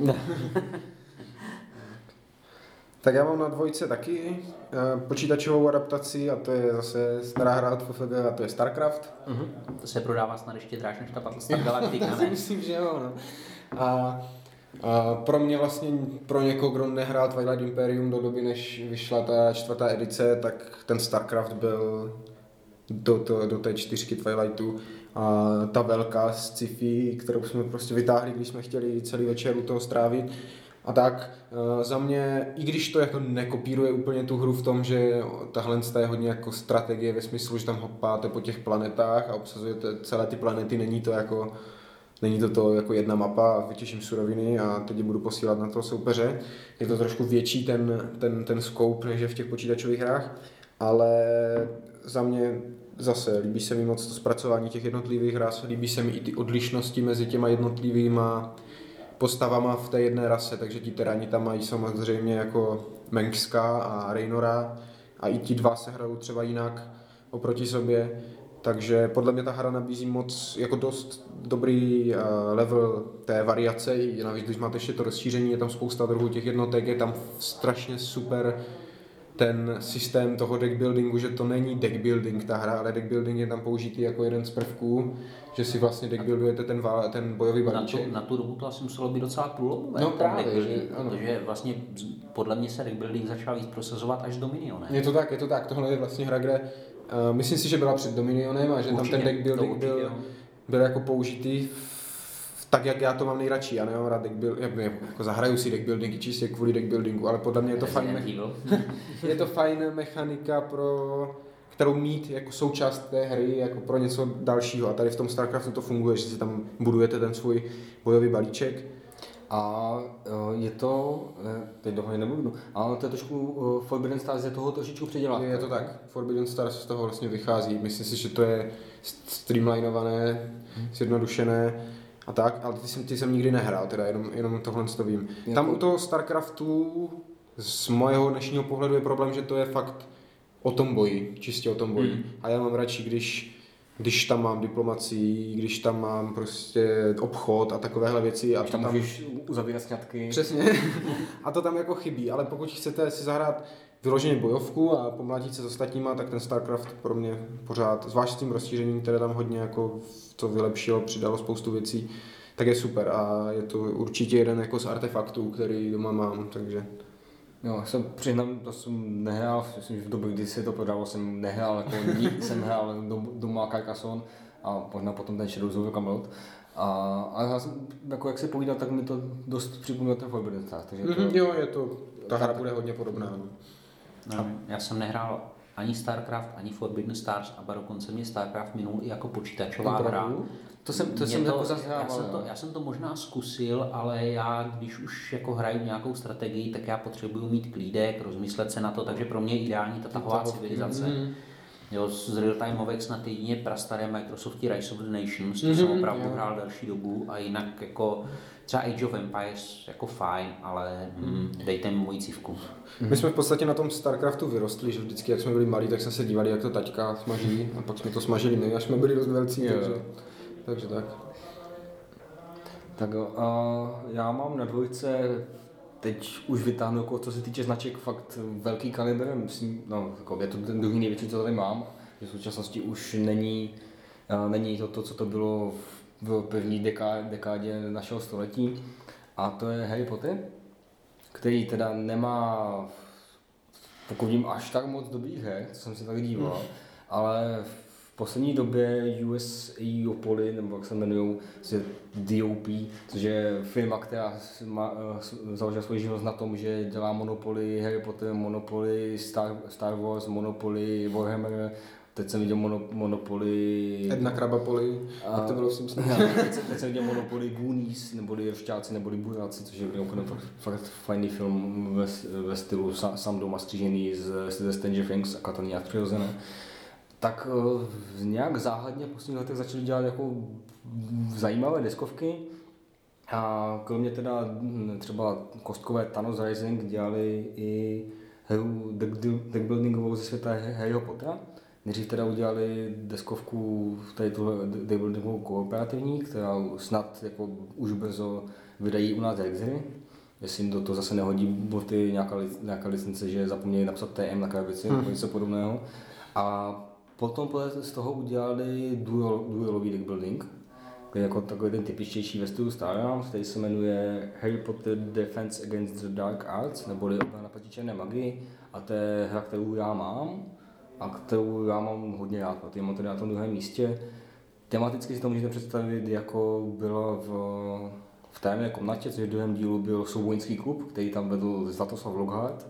Tak já mám na dvojce taky počítačovou adaptaci a to je zase stará hra od F F G a to je StarCraft. Uh-huh. To se prodává snad ještě dráž než ta Battlestar Galactica, ne? Myslím, že jo. No. A A pro mě vlastně, pro někoho, kdo nehrál Twilight Imperium do doby, než vyšla ta čtvrtá edice, tak ten StarCraft byl do, to, do té čtyřky Twilightu a ta velká sci-fi, kterou jsme prostě vytáhli, když jsme chtěli celý večer u toho strávit. A tak za mě, i když to jako nekopíruje úplně tu hru v tom, že tahle je hodně jako strategie ve smyslu, že tam hopáte po těch planetách a obsazujete celé ty planety, není to jako Není to to jako jedna mapa a vytěším suroviny a teď budu posílat na toho soupeře. Je to trošku větší ten, ten, ten scope, než je v těch počítačových hrách, ale za mě zase líbí se mi moc to zpracování těch jednotlivých ras, líbí se mi i ty odlišnosti mezi těma jednotlivýma postavama v té jedné rase, takže ti terani tam mají samozřejmě jako Mengska a Raynora a i ti dva se hrajou třeba jinak oproti sobě. Takže podle mě ta hra nabízí moc, jako dost dobrý uh, level té variace, i navíc, když máte ještě to rozšíření, je tam spousta druhů těch jednotek, je tam strašně super ten systém toho deckbuildingu, že to není deckbuilding ta hra, ale deckbuilding je tam použitý jako jeden z prvků, že si vlastně deckbuildujete ten, ten bojový balíček. Na, to, na tu dobu to asi muselo být docela průlomové. No právě, že, protože vlastně podle mě se deckbuilding začal víc prosazovat až Dominionem. Je to tak, je to tak, tohle je vlastně hra, kde Uh, myslím si, že byla před Dominionem a že určitě, tam ten deckbuilding byl, byl jako použitý v, tak, jak já to mám nejradši. Já nemám rád deckbuilding, jako zahraju si deckbuildingy čistě kvůli deckbuildingu, ale podle mě je to fajn, me- je to fajn mechanika, pro, kterou mít jako součást té hry, jako pro něco dalšího. A tady v tom StarCraftu to funguje, že si tam budujete ten svůj bojový balíček. A je to, teď dohodně nebudu, ale to je trošku Forbidden Stars je toho trošičku předělat. Je to tak, Forbidden Stars z toho vlastně vychází, myslím si, že to je streamlinované, hmm. zjednodušené a tak, ale ty jsem, ty jsem nikdy nehrál, teda jenom, jenom tohle to vím. Je Tam to... u toho StarCraftu z mojeho dnešního pohledu je problém, že to je fakt o tom boji, čistě o tom boji. Hmm. A já mám radši, když když tam mám diplomacii, když tam mám prostě obchod a takovéhle věci. A když tam můžeš uzavírat sňatky. Přesně. A to tam jako chybí, ale pokud chcete si zahrát vyloženě bojovku a pomlátit se s ostatníma, tak ten StarCraft pro mě pořád, zvlášť s tím rozšířením, které tam hodně jako to vylepšilo, přidalo spoustu věcí, tak je super a je to určitě jeden jako z artefaktů, který doma mám, takže... Jo, jsem přiznám, to jsem nehrál, myslím, že v době, kdy se to prodalo, jsem nehrál, jako nikdy jsem hrál doma Carcassonne a možná potom ten Shadows of the Camelot. A, a já jsem, jako jak se povídal, tak mi to dost připomnělo ten Forbidden Stars. Takže to, mm-hmm, jo, je to, ta hra bude hodně podobná. No. No, já jsem nehrál ani StarCraft, ani Forbidden Stars, a dokonce mě StarCraft minul i jako počítačová hra. To jsem, to jsem to, jako zahrával. Já jsem to, já jsem to možná zkusil, ale já, když už jako hraju nějakou strategii, tak já potřebuju mít klídek, rozmyslet se na to, takže pro mě je ideální ta tahová civilizace. Mm. Jo, z real-timeovek snad jedině prastaré Microsofti Rise of the Nations, to mm-hmm, jsem opravdu jo. hrál delší dobu a jinak jako třeba Age of Empires jako fajn, ale mm, dejte mi moji cívku. Mm-hmm. My jsme v podstatě na tom StarCraftu vyrostli, že vždycky, jak jsme byli malí, tak jsme se dívali, jak to taťka smaží a pak jsme to smažili my, až jsme byli dost velcí, jo. takže, takže tak. Tak uh, já mám na dvojce teď už vytáhnu, jako, co se týče značek, fakt velký kalibr, myslím, no, jako, je to ten druhý největší, co tady mám, že v současnosti už není, uh, není to, to, co to bylo v první dekádě, dekádě našeho století, a to je Harry Potter, který teda nemá, pokud vím, až tak moc dobrých her, co jsem si tak díval, ale v poslední době U S A Opoly, nebo jak se jmenují, D O P, což je firma, která má, založila svůj život na tom, že dělá Monopoly, Harry Potter, Monopoly, Star, Star Wars, Monopoly, Warhammer, teď jsem viděl mono, Monopoly... Edna Krabapoly, a to bylo Simpson. teď, teď jsem viděl Monopoly Goonies, neboli Rošťáci, neboli Buráci, což je fakt, fakt fajný film ve, ve stylu Sam doma střížený ze Stranger Things a to nějak přirozené. Tak uh, nějak záhadně v posledních letech začali dělat jako zajímavé deskovky a kromě teda třeba kostkové Thanos Rising dělali i hru deckbuildingovou ze světa Harryho Pottera. Nejdřív teda udělali deskovku tady tuhle deckbuildingovou kooperativní, která snad jako už brzo vydají u nás Exery. Jestli jim do toho zase nehodí boty nějaká, nějaká licence, že zapomněli napsat T M na krabici nebo hmm. něco podobného. A potom z toho udělali duel, duelový deckbuilding, takový, jako, takový ten typičtější ve stylu Star Wars, který se jmenuje Harry Potter Defense Against the Dark Arts, neboli Obrana proti černé magii, a to je hra, kterou já mám a kterou já mám hodně rád, protože mám tady na tom druhém místě. Tematicky si to můžete představit, jako bylo v, v tajemné komnatě, což v druhém dílu byl souvojenský klub, který tam vedl Zlatoslav Lockhart.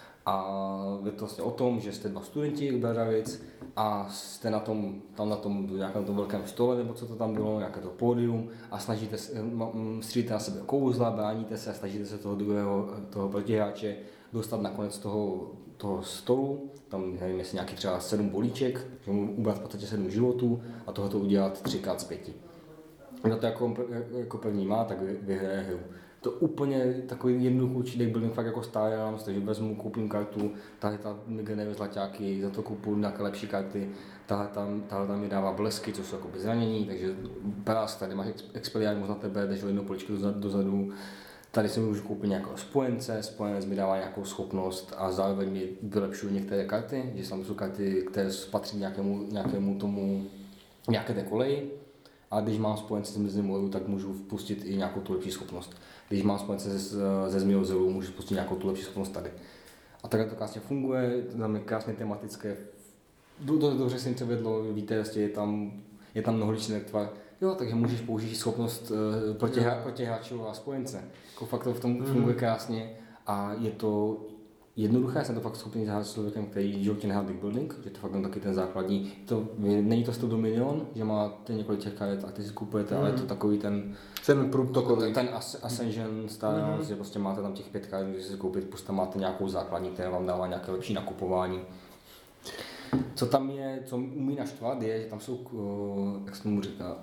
A je to vlastně o tom, že jste dva studenti Bradravic a jste na tom, tam na tom, nějakém tom velkém stole, nebo co to tam bylo, nějaké to pódium a snažíte se, střílíte na sebe kouzla, bráníte se a snažíte se toho druhého, toho protihráče dostat na konec toho, toho stolu. Tam nevím, jestli nějaký třeba sedm bolíček, že mu ubrat v podstatě sedm životů a tohle to udělat třikrát z pěti. Kdo to jako, jako první má, tak vyhraje hru. To úplně takový jednoduchý deck building, fakt jako Star Wars, takže vezmu, koupím kartu, tahle tam mi generuje zlaťáky, za to kupuju nějaké lepší karty, tahle tam, tahle tam mi dává blesky, co jsou jako zranění, takže prás, tady máš Expelliarmus na tebe, jdeš o jednu poličku dozadu, tady si můžu koupit nějakého spojence, spojenec mi dává nějakou schopnost a zároveň mi vylepšují některé karty, že tam jsou karty, které patří nějakému, nějakému tomu, nějaké té koleji. A když mám spojence mezi Zimou, tak můžu vpustit i nějakou tu lepší schopnost. Když mám spojence ze, ze Zmijou Zelu, můžu spustit nějakou tu lepší schopnost tady. A takhle to krásně funguje, to tam je krásně tematické. Do, do, dobře se jim to vedlo, víte, je tam, je tam mnoholičný tvar. Jo, takže můžeš použít schopnost uh, protihráčů a spojence. Jako fakt to v tom mm. funguje krásně a je to jednoduché, jsem to fakt schopný zahrát s člověkem, který životě nehá deck building, že to fakt je taky ten základní. To, není to sto Dominion, že máte několik těch karet a ty si kupujete, mm. ale je to takový ten ten protokolový. Ten Ascension Star Wars, mm. že prostě máte tam těch pět karet, můžete si koupit, plus tam máte nějakou základní, která vám dává nějaké lepší nakupování. Co tam je, co umí naštvat, je, že tam jsou, jak se tomu říká,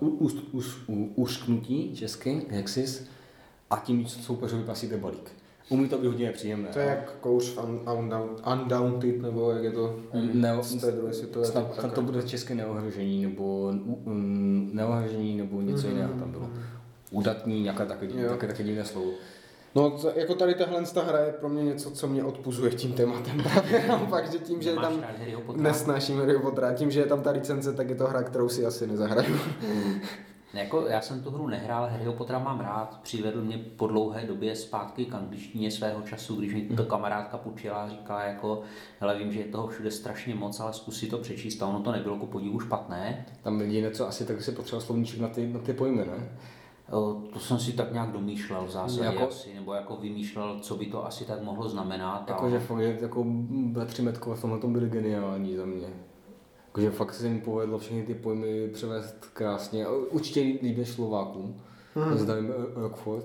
ušknutí česky, hexis, a tím soupeřovi pasíte balík. Umí to být hodně příjemné. To je jak kouř v Undaunted, nebo jak je to Neo, z té druhé světové. Tam, tam to bude české neohrožení, nebo um, neohrožení, nebo něco mm-hmm. jiného tam bylo. Udatní, nějaké také, také divné slovo. No, to, jako tady tahle hra je pro mě něco, co mě odpuzuje tím tématem právě naopak, že tím, že je tam nesnáším Harryho Pottera, tím, že je tam ta licence, tak je to hra, kterou si asi nezahraju. Mm. Jako, já jsem tu hru nehrál, Harryho Pottera mám rád, přivedl mě po dlouhé době zpátky k angličtině svého času, když mi to kamarádka půjčila a říkala jako, hele, vím, že je toho všude strašně moc, ale zkus si to přečíst a ono to nebylo ku podivu špatné. Tam jediné co asi, tak si potřeboval slovníček na ty, na ty pojmy, ne? To jsem si tak nějak domýšlel v zásadě jako, asi, nebo jako vymýšlel, co by to asi tak mohlo znamenat. Jakože fakt, jako bratři Metko v tomhle tom byli geniální za mě. Jakože fakt se jim povedlo všechny ty pojmy převést krásně. Určitě líbí Slovákům, hmm. zdravím Rockford.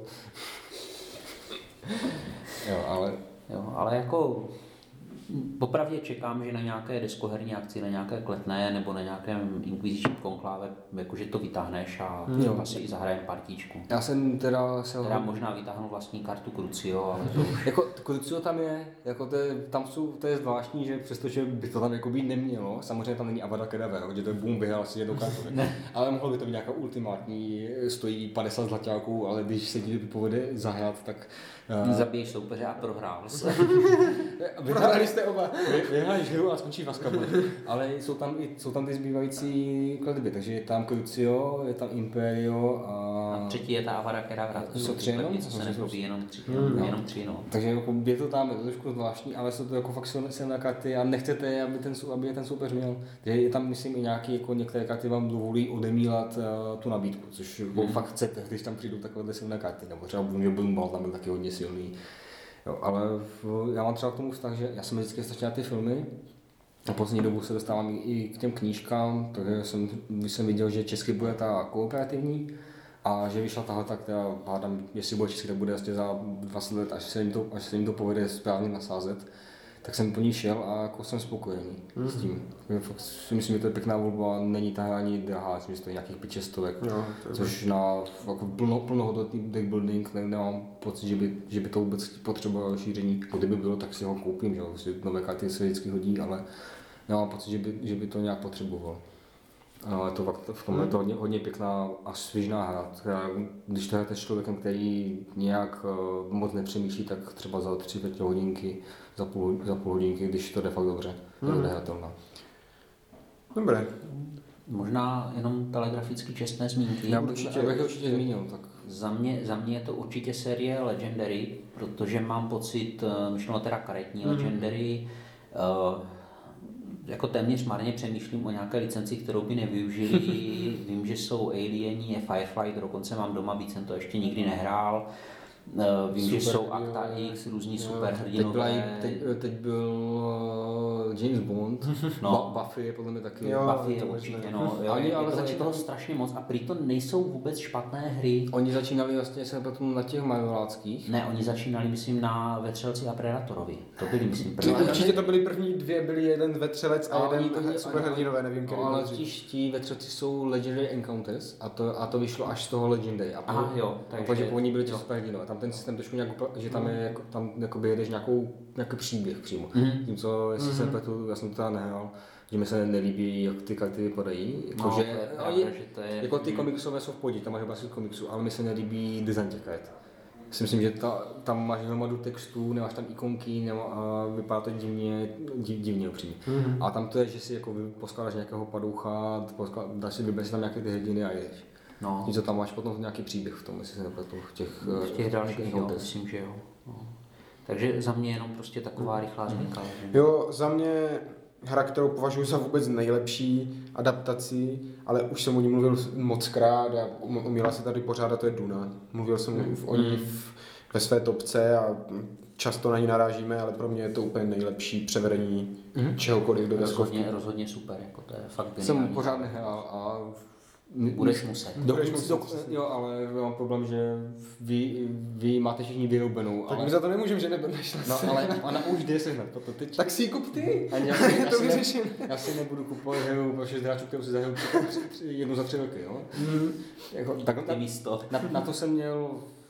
jo, ale... Jo, ale jako popravdě čekám, že na nějaké deskoherní akci, na nějaké kletné nebo na nějakém inkvizičním konkláve, jakože to vytáhneš a třeba hmm. si i zahrajeme partíčku. Já jsem teda se teda možná vytáhnu vlastní kartu Crucio, ale to už... Jako Crucio tam je, jako to je, tam jsou, to je zvláštní, že přestože by to tam jako být nemělo, samozřejmě tam není Avada Kedavra, že to je boom, vyhrál si jednou kartu. Ale mohlo by to být nějaká ultimátní, stojí padesát zlaťáků, ale když se ti povede zahrát, tak... Uh... Zabiješ soupeře a prohrál se. Prohráli jste oba. Vyhráš hru a skončí v Azkabanu. Ale jsou tam, i, jsou tam ty zbývající kletby, takže je tam Crucio, je tam Imperio a... A třetí je ta Avada Kedavra. To jsou tři jenom? Co se nepobí, jenom tři, jenom, no. jenom tři, no. Takže jako je to tam, je to trošku zvláštní, ale jsou to jako fakt silné karty a nechcete, aby ten, aby je ten soupeř měl. Takže je tam, myslím, i nějaký, jako některé karty vám dovolí odemílat uh, tu nabídku, což hmm. fakt chcete, když tam přijdou takovéhle silné karty, nebo třeba Bunbal tam byl taky hodně silný. Jo, ale v, já mám třeba k tomu vztah, že já jsem vždycky strašně na ty filmy a poslední dobu se dostávám i k těm knížkám, takže jsem, když jsem viděl, že česky bude ta kooperativní a že vyšla tahle, která hádám, jestli bude česky, tak bude asi za dvacet let, až se jim to, až se jim to povede správně nasázet, tak jsem po ní šel a jako jsem spokojený mm-hmm. s tím. Fakt si myslím, že to je pěkná volba, není ta ani drahá, myslím, že to je nějakých pět šest stovek, no, což na jako plno, plnohodnotný deck building ne, nemám pocit, že by, že by to vůbec potřebovalo šíření. Kdyby bylo, tak si ho koupím, že jo, nové karty se vždycky hodí, ale nemám pocit, že by, že by to nějak potřeboval. Ale to fakt v tomhle je to hodně, hodně pěkná a svižná hra, která, když to hrajete s člověkem, který nějak uh, moc nepřemýšlí, tak třeba za tři pět hodinky, za půl, za půl hodinky, když to jde fakt dobře, hmm. to jde hratelná. Dobré. Možná jenom telegraficky čestné zmínky. Já určitě, bych určitě zmínil. Tak. Za mě, za mě je to určitě série Legendary, protože mám pocit, myšleno teda karetní mm-hmm. Legendary, uh, jako téměř marně přemýšlím o nějaké licenci, kterou by nevyužili. Vím, že jsou Alieni, je Firefly, dokonce mám doma, víc jsem to ještě nikdy nehrál. Vím, super, že jsou Akta X, různí superhrdinové. Teď, teď, teď byl uh, James Bond, no. Buffy je podle mě taky. Jo, Buffy je určitě, no. Jo, oni, ale začali toho strašně moc a prý to nejsou vůbec špatné hry. Oni začínali vlastně se potom na těch marveláckých. Ne, oni začínali, myslím, na Vetřelci a Predatorovi. To byli, myslím, první. Určitě to byly první dvě, byli jeden Vetřelec a, a jeden superhrdinové, nevím, který. Ale ti Vetřelci jsou Legendary Encounters a to, a to vyšlo až z toho Legendary. A Aha, jo, takže oni byli ti superhrdinové. Tam ten systém trošku nějak, že tam je, jako, tam jakoby jedeš nějakou, nějaký příběh přímo. Mm-hmm. Tím, co, jestli mm-hmm. se pletu, já jsem to teda nehrál, že mi se nelíbí, jak ty karty vypadají. Jako, no, že, to je pravda, je, že to je... Jako ty komiksové jsou v pohodě, tam máš vlastně komiksů, ale mi se nelíbí design těch kart. Si myslím, že ta, tam máš hromadu textů, nemáš tam ikonky, nema, a vypadá to divně, div, divně upřímně. Mm-hmm. A tam to je, že si jako poskládáš nějakého padoucha, posklad, dáš si vybrat si tam nějaké ty hrdiny a jdeš. No. Něco tam máš potom nějaký příběh v tom, jestli se nepletu, v těch, v těch dalších, jo, myslím, že jo. No. Takže za mě jenom prostě taková rychlá zmínka. Mm. Jo, za mě hra, kterou považuji za vůbec nejlepší adaptaci, ale už jsem o ní mluvil mockrát a uměla se tady pořádat, to je Duna. Mluvil jsem mm. o ní v, ve své topce a často na ní narážíme, ale pro mě je to úplně nejlepší převedení mm. čehokoliv do deskovky. Rozhodně, rozhodně super, jako to je fakt geniální. Jsem pořád nehrál a budeš muset. Budeš muset. Jo, ale mám problém, že vy, vy máte všichni vyroubenou. Tak ale... my za to nemůžeme, že nebudeš. No, ale ona už jde sehnat. Ty... Tak si ji kup ty. Já, si, já, to si ne, já si nebudu kupovat hru pro šest hráčů, kterou si zahraju jednu za tři roky. Jo? Mm. Jako, tak, na, na, na, to jsem měl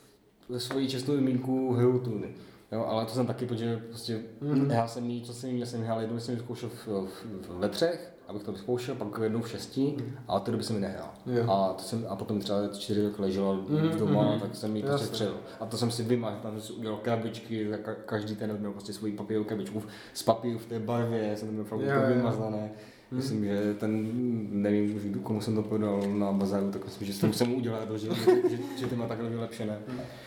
ve svojí čestnou zmínku hru Tuny. Jo, ale to jsem taky, protože prostě mm-hmm. já jsem jí, co jsem jí, já jsem hrál jednou, jsem ji zkoušel v, v, ve třech, abych to vyzkoušel, pak jednou v šesti, mm. a od té doby jsem ji nehrál. Yeah. A, to jsem, a potom třeba čtyři roky ležela mm-hmm. doma, tak jsem ji prostě střelil. A to jsem si vymáhl, tam jsem si udělal krabičky, ka, každý ten měl prostě svoji papírovou krabičku z papíru v té barvě, jsem to měl fakt yeah, vymazané. Yeah. Myslím, mm. že ten, nevím už komu jsem to prodal na bazaru, tak myslím, že jsem mu udělal, že, že, že, že ty má takhle vylepšené.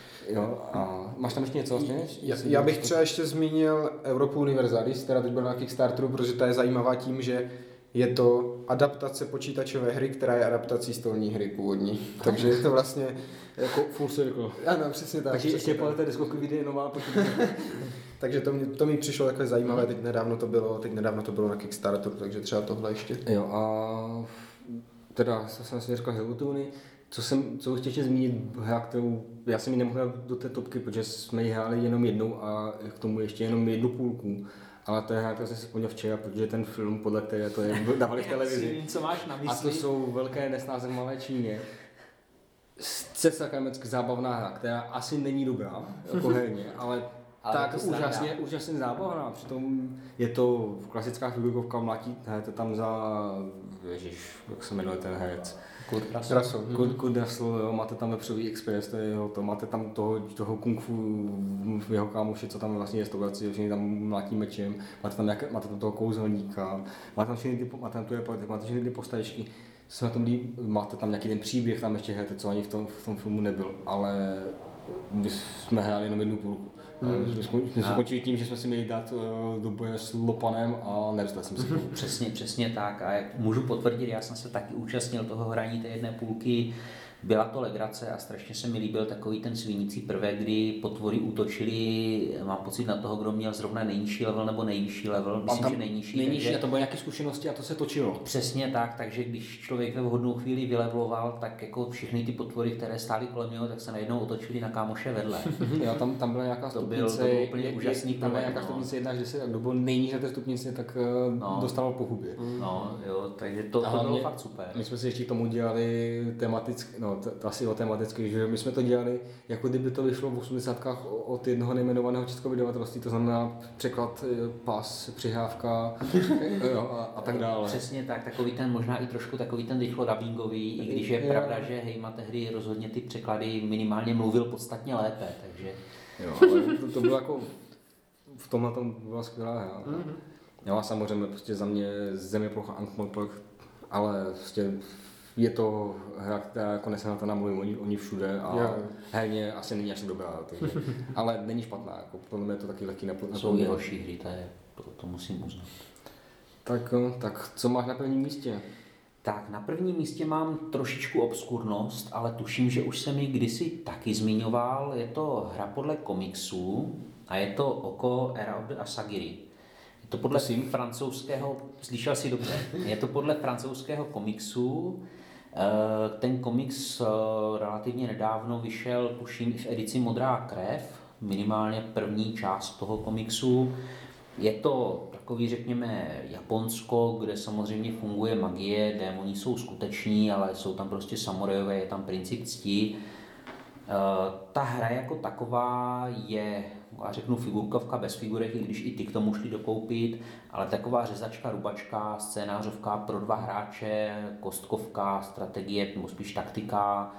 Jo, a máš tam ještě něco vlastně? Já, já bych třeba ještě zmínil Europu Universalis, která teď byla na Kickstarteru, protože ta je zajímavá tím, že je to adaptace počítačové hry, která je adaptací stolní hry původní. Takže je to vlastně jako full circle. Ano, přesně tak. Takže ještě po té deskovky vyjde nová počítačová. Takže to mi, to mi přišlo takové zajímavé, teď nedávno to bylo, teď nedávno to bylo na Kickstarteru, takže třeba tohle ještě. Jo, a teda jsem si říkal Helltony. Co jsem, co chtěl ještě zmínit, hra, kterou já jsem ji nemohl do té topky, protože jsme ji hráli jenom jednou a k tomu ještě jenom jednu půlku. Ale to je hra, kterou jsem si vzpomněl včera, protože ten film, podle které to je, dávali v televizi. Co máš na mysli? A to jsou velké nesnáze v malé Číně. Cesarkamecky zábavná hra, která asi není dobrá, jako herně, ale ale tak úžasně, úžasně zábavná. Přitom je to klasická figurkovka, mlátíte tam za, ježiš, jak se jmenuje ten herec. Kurt Russell. Kurt, Kurt Russell, jo, máte tam Vepřový Express, to je jeho to, máte tam toho, toho kung fu, jeho kámoše, co tam vlastně je restauraci, všichni tam mlátí mečem, máte tam, nějaké, máte tam toho kouzelníka, máte tam všechny ty, máte tam tu politik, máte všechny ty postavičky, co na tom líb, máte tam nějaký ten příběh, tam ještě hrajete, co ani v tom, v tom filmu nebyl, ale my jsme hráli jenom jednu půlku. Hmm. Jsme skončili tím, že jsme si měli dát uh, do boje s Lopanem a nedostal jsem se. Přesně, přesně tak. A jak můžu potvrdit, já jsem se taky účastnil toho hraní té jedné půlky. Byla to legrace a strašně se mi líbil takový ten svinící prvek, kdy potvory útočili, mám pocit na toho, kdo měl zrovna nejnižší level nebo nejvyšší level, myslím, tam že nejnižší. Nejnižší takže... a to byly nějaké zkušenosti a to se točilo. Přesně tak, takže když člověk ve vhodnou chvíli vylevloval, tak jako všechny ty potvory, které stály kolem něho, tak se najednou otočili na kámoše vedle. Jo, tam, tam byla nějaká stupnice, to byl, to byl úplně úžasný tam byla nějaká stupnice jedna až deset a kdo byl nejníž na té stupnici, tak no. dostával po hubě. No, jo, takže to, to bylo mě, fakt super. My jsme si ještě k tomu dělali tematicky, no, t- asi o tematicky, že my jsme to dělali, jako kdyby to vyšlo v osmdesátkách od jednoho nejmenovaného českého vydavatelství, to znamená překlad, pas, přihrávka jo, a, a tak dále. Přesně tak, takový ten možná i trošku takový ten rychlo dubbingový, i když je pravda, že Hejma tehdy rozhodně ty překlady minimálně mluvil podstatně lépe, takže... Jo, ale to, to bylo jako, v tomhle tom byla skvělá hra. Mm-hmm. Jo a samozřejmě prostě za mě Země plocha Ankh-Morpork ale prostě je to hra, která jako nesenatelná, mluvím oni, oni všude a yeah. herně asi není až dobrá, takže, ale není špatná, jako podle mě je to taky lehký napl- Jsou i horší hry, to, je, to, to musím uznat. Tak, tak co máš na prvním místě? Tak na prvním místě mám trošičku obskurnost, ale tuším, že už jsem ji kdysi taky zmiňoval. Je to hra podle komiksů a je to Oko Era of the Asagiri. Je to podle Prosím. francouzského, slyšel jsi dobře, je to podle francouzského komiksu. Ten komiks relativně nedávno vyšel, tuším, i v edici Modrá krev, minimálně první část toho komiksu. Je to takový, řekněme, Japonsko, kde samozřejmě funguje magie, démoni jsou skuteční, ale jsou tam prostě samurajové, je tam princip cti. Ta hra jako taková je, já řeknu, figurkovka bez figurek, i když i ty k tomu šli dokoupit, ale taková řezačka, rubačka, scénářovka pro dva hráče, kostkovka, strategie, nebo spíš taktika.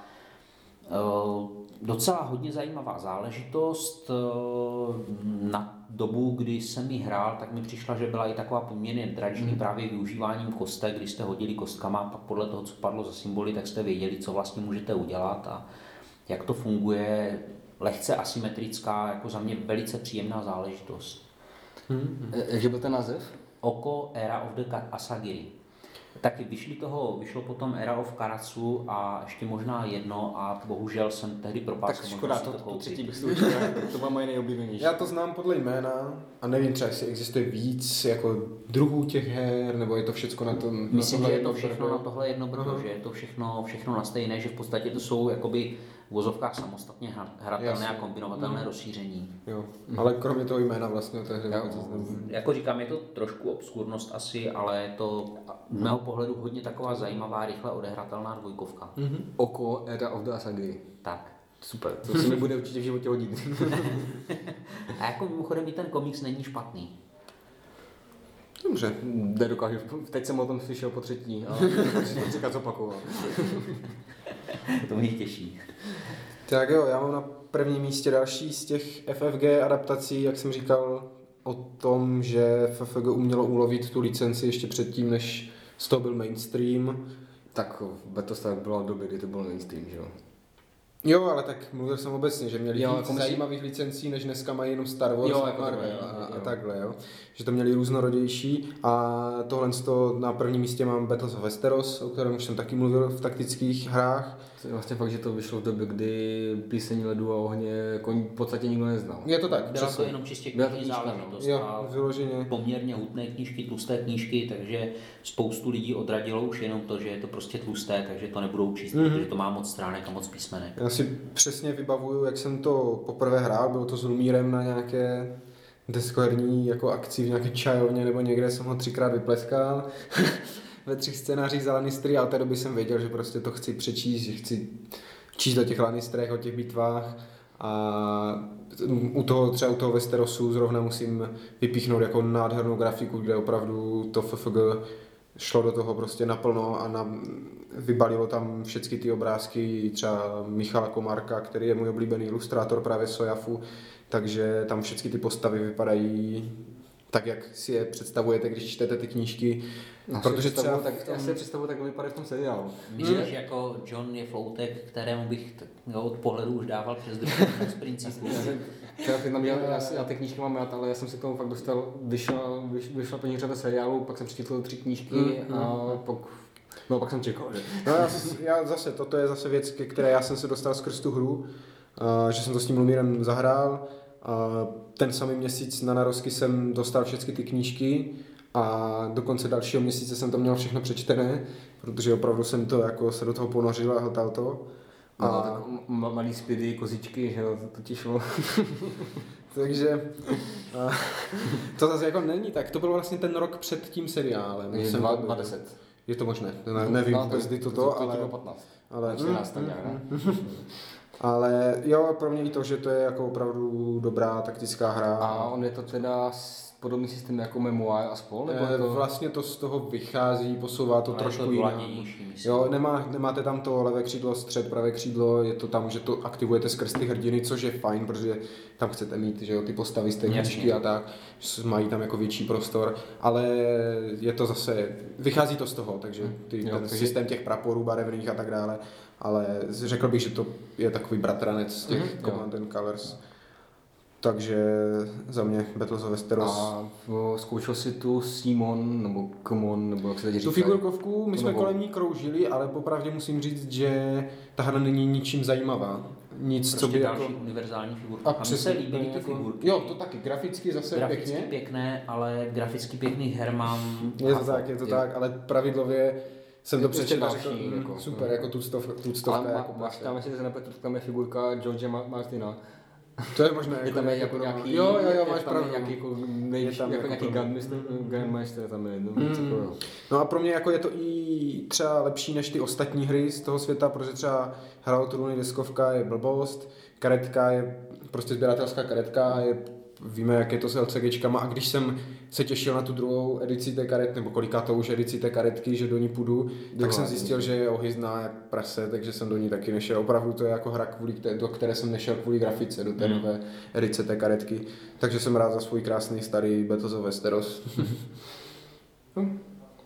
Docela hodně zajímavá záležitost. Na dobu, kdy jsem ji hrál, tak mi přišla, že byla i taková poměrně dražní právě využíváním kostek, když jste hodili kostkama, pak podle toho, co padlo za symboly, tak jste věděli, co vlastně můžete udělat a jak to funguje. Lehce asymetrická, jako za mě velice příjemná záležitost. Hmm. Jakže byl ten název? Oko Era of the Asagiri. Taky vyšli toho, vyšlo potom Era of Karatsu a ještě možná jedno a bohužel jsem tehdy propásl. Tak škoda, to, to, to třetí bych si určitě, to má moje nejoblíbenější. Já to znám podle jména a nevím třeba, jestli existuje víc jako druhů těch her, nebo je to všechno na tom. Myslím, že je to všechno na tohle jedno brdo, že je to všechno, všechno na stejné, že v podstatě to jsou jakoby v vozovkách samostatně hratelné a kombinovatelné mm. rozšíření. Jo, mm. ale kromě toho jména vlastně to je jako říkám, je to trošku obskurnost asi, ale je to z mého pohledu hodně taková zajímavá, rychle odehratelná dvojkovka. Mm-hmm. Oko Era of the Asagiri. Tak. Super, to se mi bude určitě v životě hodit. A jako mimochodem i ten komiks není špatný. Dobře. Nedokážu, teď jsem o tom slyšel po třetí, ale to říkat zopakoval. To mě těší. Tak jo, já mám na prvním místě další z těch F F G adaptací, jak jsem říkal o tom, že F F G umělo ulovit tu licenci ještě předtím, než z toho byl mainstream. Tak Battlestar byla doby, kdy to byl mainstream, že jo? Jo, ale tak mluvil jsem obecně, že měli jo, víc jako zajímavých licencí, než dneska mají jenom Star Wars jo, a jako Marvel to, a, a jo. takhle, jo. Že to měli různorodější a tohle na prvním místě mám Battles of Westeros, o kterém už jsem taky mluvil v taktických hrách. Vlastně fakt, že to vyšlo v době, kdy Píseň ledu a ohně jako v podstatě nikdo neznal. Je to tak, byla přesně. to jenom čistě knižní záležitost. Jo, vyloženě. Poměrně hutné knížky, tlusté knížky, takže spoustu lidí odradilo už jenom to, že je to prostě tlusté, takže to nebudou číst, mm-hmm. protože to má moc stránek a moc písmenek. Já si přesně vybavuju, jak jsem to poprvé hrál, bylo to s Lumírem na nějaké deskoherní jako akci v nějaké čajovně nebo někde, jsem ho třikrát vypleskal. Ve třech scénářích za Lannistery a od té doby jsem věděl, že prostě to chci přečíst, že chci číst o těch Lannisterech, o těch bitvách a u toho, třeba u toho Westerosu zrovna musím vypíchnout jako nádhernou grafiku, kde opravdu to F F G šlo do toho prostě naplno a na, vybalilo tam všechny ty obrázky třeba Michala Komárka, který je můj oblíbený ilustrátor právě Sojafu, takže tam všechny ty postavy vypadají tak, jak si je představujete, když čtete ty knížky. Já protože třeba tak, tom... já si je představuji, tak vypadá v tom seriálu. Myslíš, že jako John je floutek, kterému bych t- jo, od pohledu už dával přes držku z principu. já, já, já, já ty knížky mám rád, ale já jsem si k tomu fakt dostal, vyšla, vyš, vyšla první řada seriálu, pak jsem přečetl tři knížky mm, a mm. pak, no, pak jsem čekal. Že? No já, já zase, toto je zase věc, ke které já jsem se dostal skrz tu hru, uh, že jsem to s tím Lumírem zahrál. Uh, ten samý měsíc na narozky jsem dostal všechny ty knížky a do konce dalšího měsíce jsem to měl všechno přečtené, protože opravdu jsem to jako se do toho ponořil a hltal to. A no, tak malý spidy, kozičky, že jo, to těšilo. Takže uh, to zase jako není tak, to byl vlastně ten rok před tím seriálem. Je jsem dvacet dva Je to možné, ne, nevím no, vůbec, kdy to to, ale... patnáct ale čtrnáct tak nějak, ne? Ale jo, pro mě i to, že to je jako opravdu dobrá taktická hra. A on je to teda podobný systém jako Memoir a spol? Nebo E, to... Vlastně to z toho vychází, posouvá to Ale trošku to jinak. Jo, nemá, nemáte tam to levé křídlo, střed, pravé křídlo, je to tam, že to aktivujete skrz ty hrdiny, což je fajn, protože tam chcete mít, že jo, ty postavy z té hříčky a tak, mají tam jako větší prostor, ale je to zase, vychází to z toho, takže ty, jo, ten takže... systém těch praporů barevných a tak dále, ale řekl bych, že to je takový bratranec z těch mm-hmm, Command and Colors. Takže za mě Battles of Westeros. A zkoušel si tu Simon, nebo Common, nebo jak se teď říká? Tu figurkovku, my to jsme nebo... kolem ní kroužili, ale popravdě musím říct, že ta hra není ničím zajímavá. Nic, prostě co by další jako... univerzální figurky. A, a mně se líbily ty jako... figurky. Jo, to taky, graficky zase graficky pěkně. pěkné, ale graficky pěkných her mám... Je to tak, je to je. tak, ale pravidlově jsem je to přečetl a řekl, jako, mm, super, jako tuctovka. tuctovka jako máš tam, jestli se nepletu, tam je figurka George Martina. To je možné. Je tam je jako nějaký, jo, jo, jo, máš tam pravdu. nějaký jako, nejvyšší, jako, jako nějaký Gunmeister tam je. No, mm. no a pro mě jako je to i třeba lepší než ty ostatní hry z toho světa, protože třeba Hra o trůny deskovka je blbost, karetka je prostě sběratelská karetka a je, víme, jak je to s LCGčkama a když jsem se těšil na tu druhou edici té karetky, nebo koliká to už edici té karetky, že do ní půjdu, tak Druhá, jsem zjistil, že je ohyzná jak prase, takže jsem do ní taky nešel. Opravdu to je jako hra, kvůli které, do které jsem nešel kvůli grafice, do té mm. nové edice té karetky. Takže jsem rád za svůj krásný starý Battles of Westeros. hm.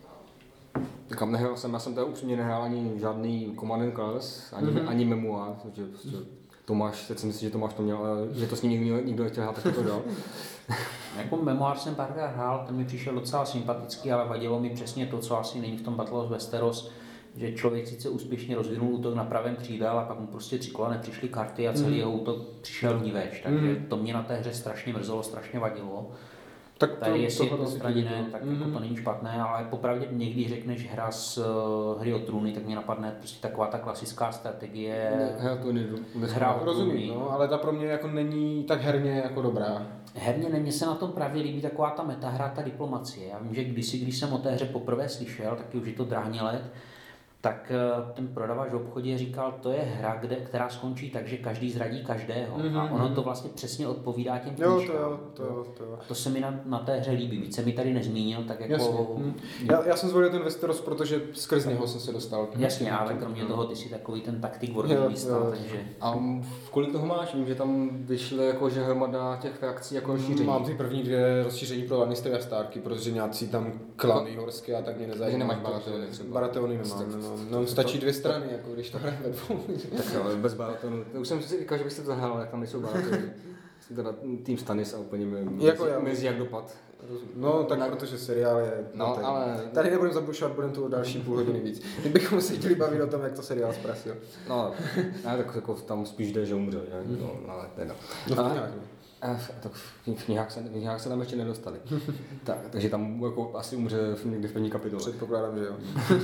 Tak nehrál jsem, já jsem teda upřímně nehrál ani žádný Command and Colors, ani, mm-hmm. ani Memoir, protože prostě Tomáš, teď si myslím, že Tomáš to měl, že to s ním nikdo, nikdo nechtěl hrát, tak to dal. Jako Memoir jsem párkrát hrál, ten mi přišel docela sympatický, ale vadilo mi přesně to, co asi není v tom Battle of Westeros, že člověk sice úspěšně rozvinul útok na pravém křídle, ale pak mu prostě tři kola nepřišly karty a celý mm. jeho útok přišel vníveč, takže mm. to mě na té hře strašně mrzelo, strašně vadilo. Tak to, tady jestli je to to odstraněné, tak mm-hmm. jako to není špatné, ale popravdě někdy řekneš hra z uh, Hry o trůny, tak mě napadne prostě taková ta klasická strategie. Hra to nejdu. Hra o rozumím, no, ale ta pro mě jako není tak herně jako dobrá. Herně ne, mně se na tom právě líbí taková ta metahra, ta diplomacie. Já vím, že kdysi, když jsem o té hře poprvé slyšel, taky už je to dráhně let, tak ten prodavač v obchodě říkal, to je hra, kde, která skončí tak, že každý zradí každého. Mm-hmm. A ono to vlastně přesně odpovídá těm knížkám. Jo, to jo, to jo, to jo. To se mi na, na té hře líbí. Více mi tady nezmínil, tak jako... Jasně. Mm. Já, já jsem zvolil ten Westeros, protože skrz něho jsem se dostal. Jasně, ale kromě toho ty jsi takový ten taktik wargamista, takže... A kolik toho máš? Vím, že tam vyšly jako, že hromada těch frakcí jako rozšíření. Mám ty první dvě rozšíření pro Lannistery a Starky, protože nějací tam klany horské a tak mě nezajímají. nemáš Baratheony třeba? Baratheony nemám, no, no, stačí dvě strany, jako když to hraje ve dvou. Tak ale bez Baratheonu. Už jsem si říkal, že byste to zahrál, jak tam nejsou Baratheony. Jsem teda tým Stannis a úplně mezi, jako já. mezi jak dopad. No tak na... protože seriál je... No, no ale... Tady nebudeme zabušovat, budeme tu o další půl hodiny víc. Teď bychom se chtěli bavit o tom, jak to seriál zprasil. No, ne, tak jako tam spíš jde, že umře, že? No, ale teda. No, ale... nějak, A, tak v knihách se, v knihách se tam ještě nedostali. tak, takže tam jako asi umře někdy v první kapitole. Předpokládám, že jo.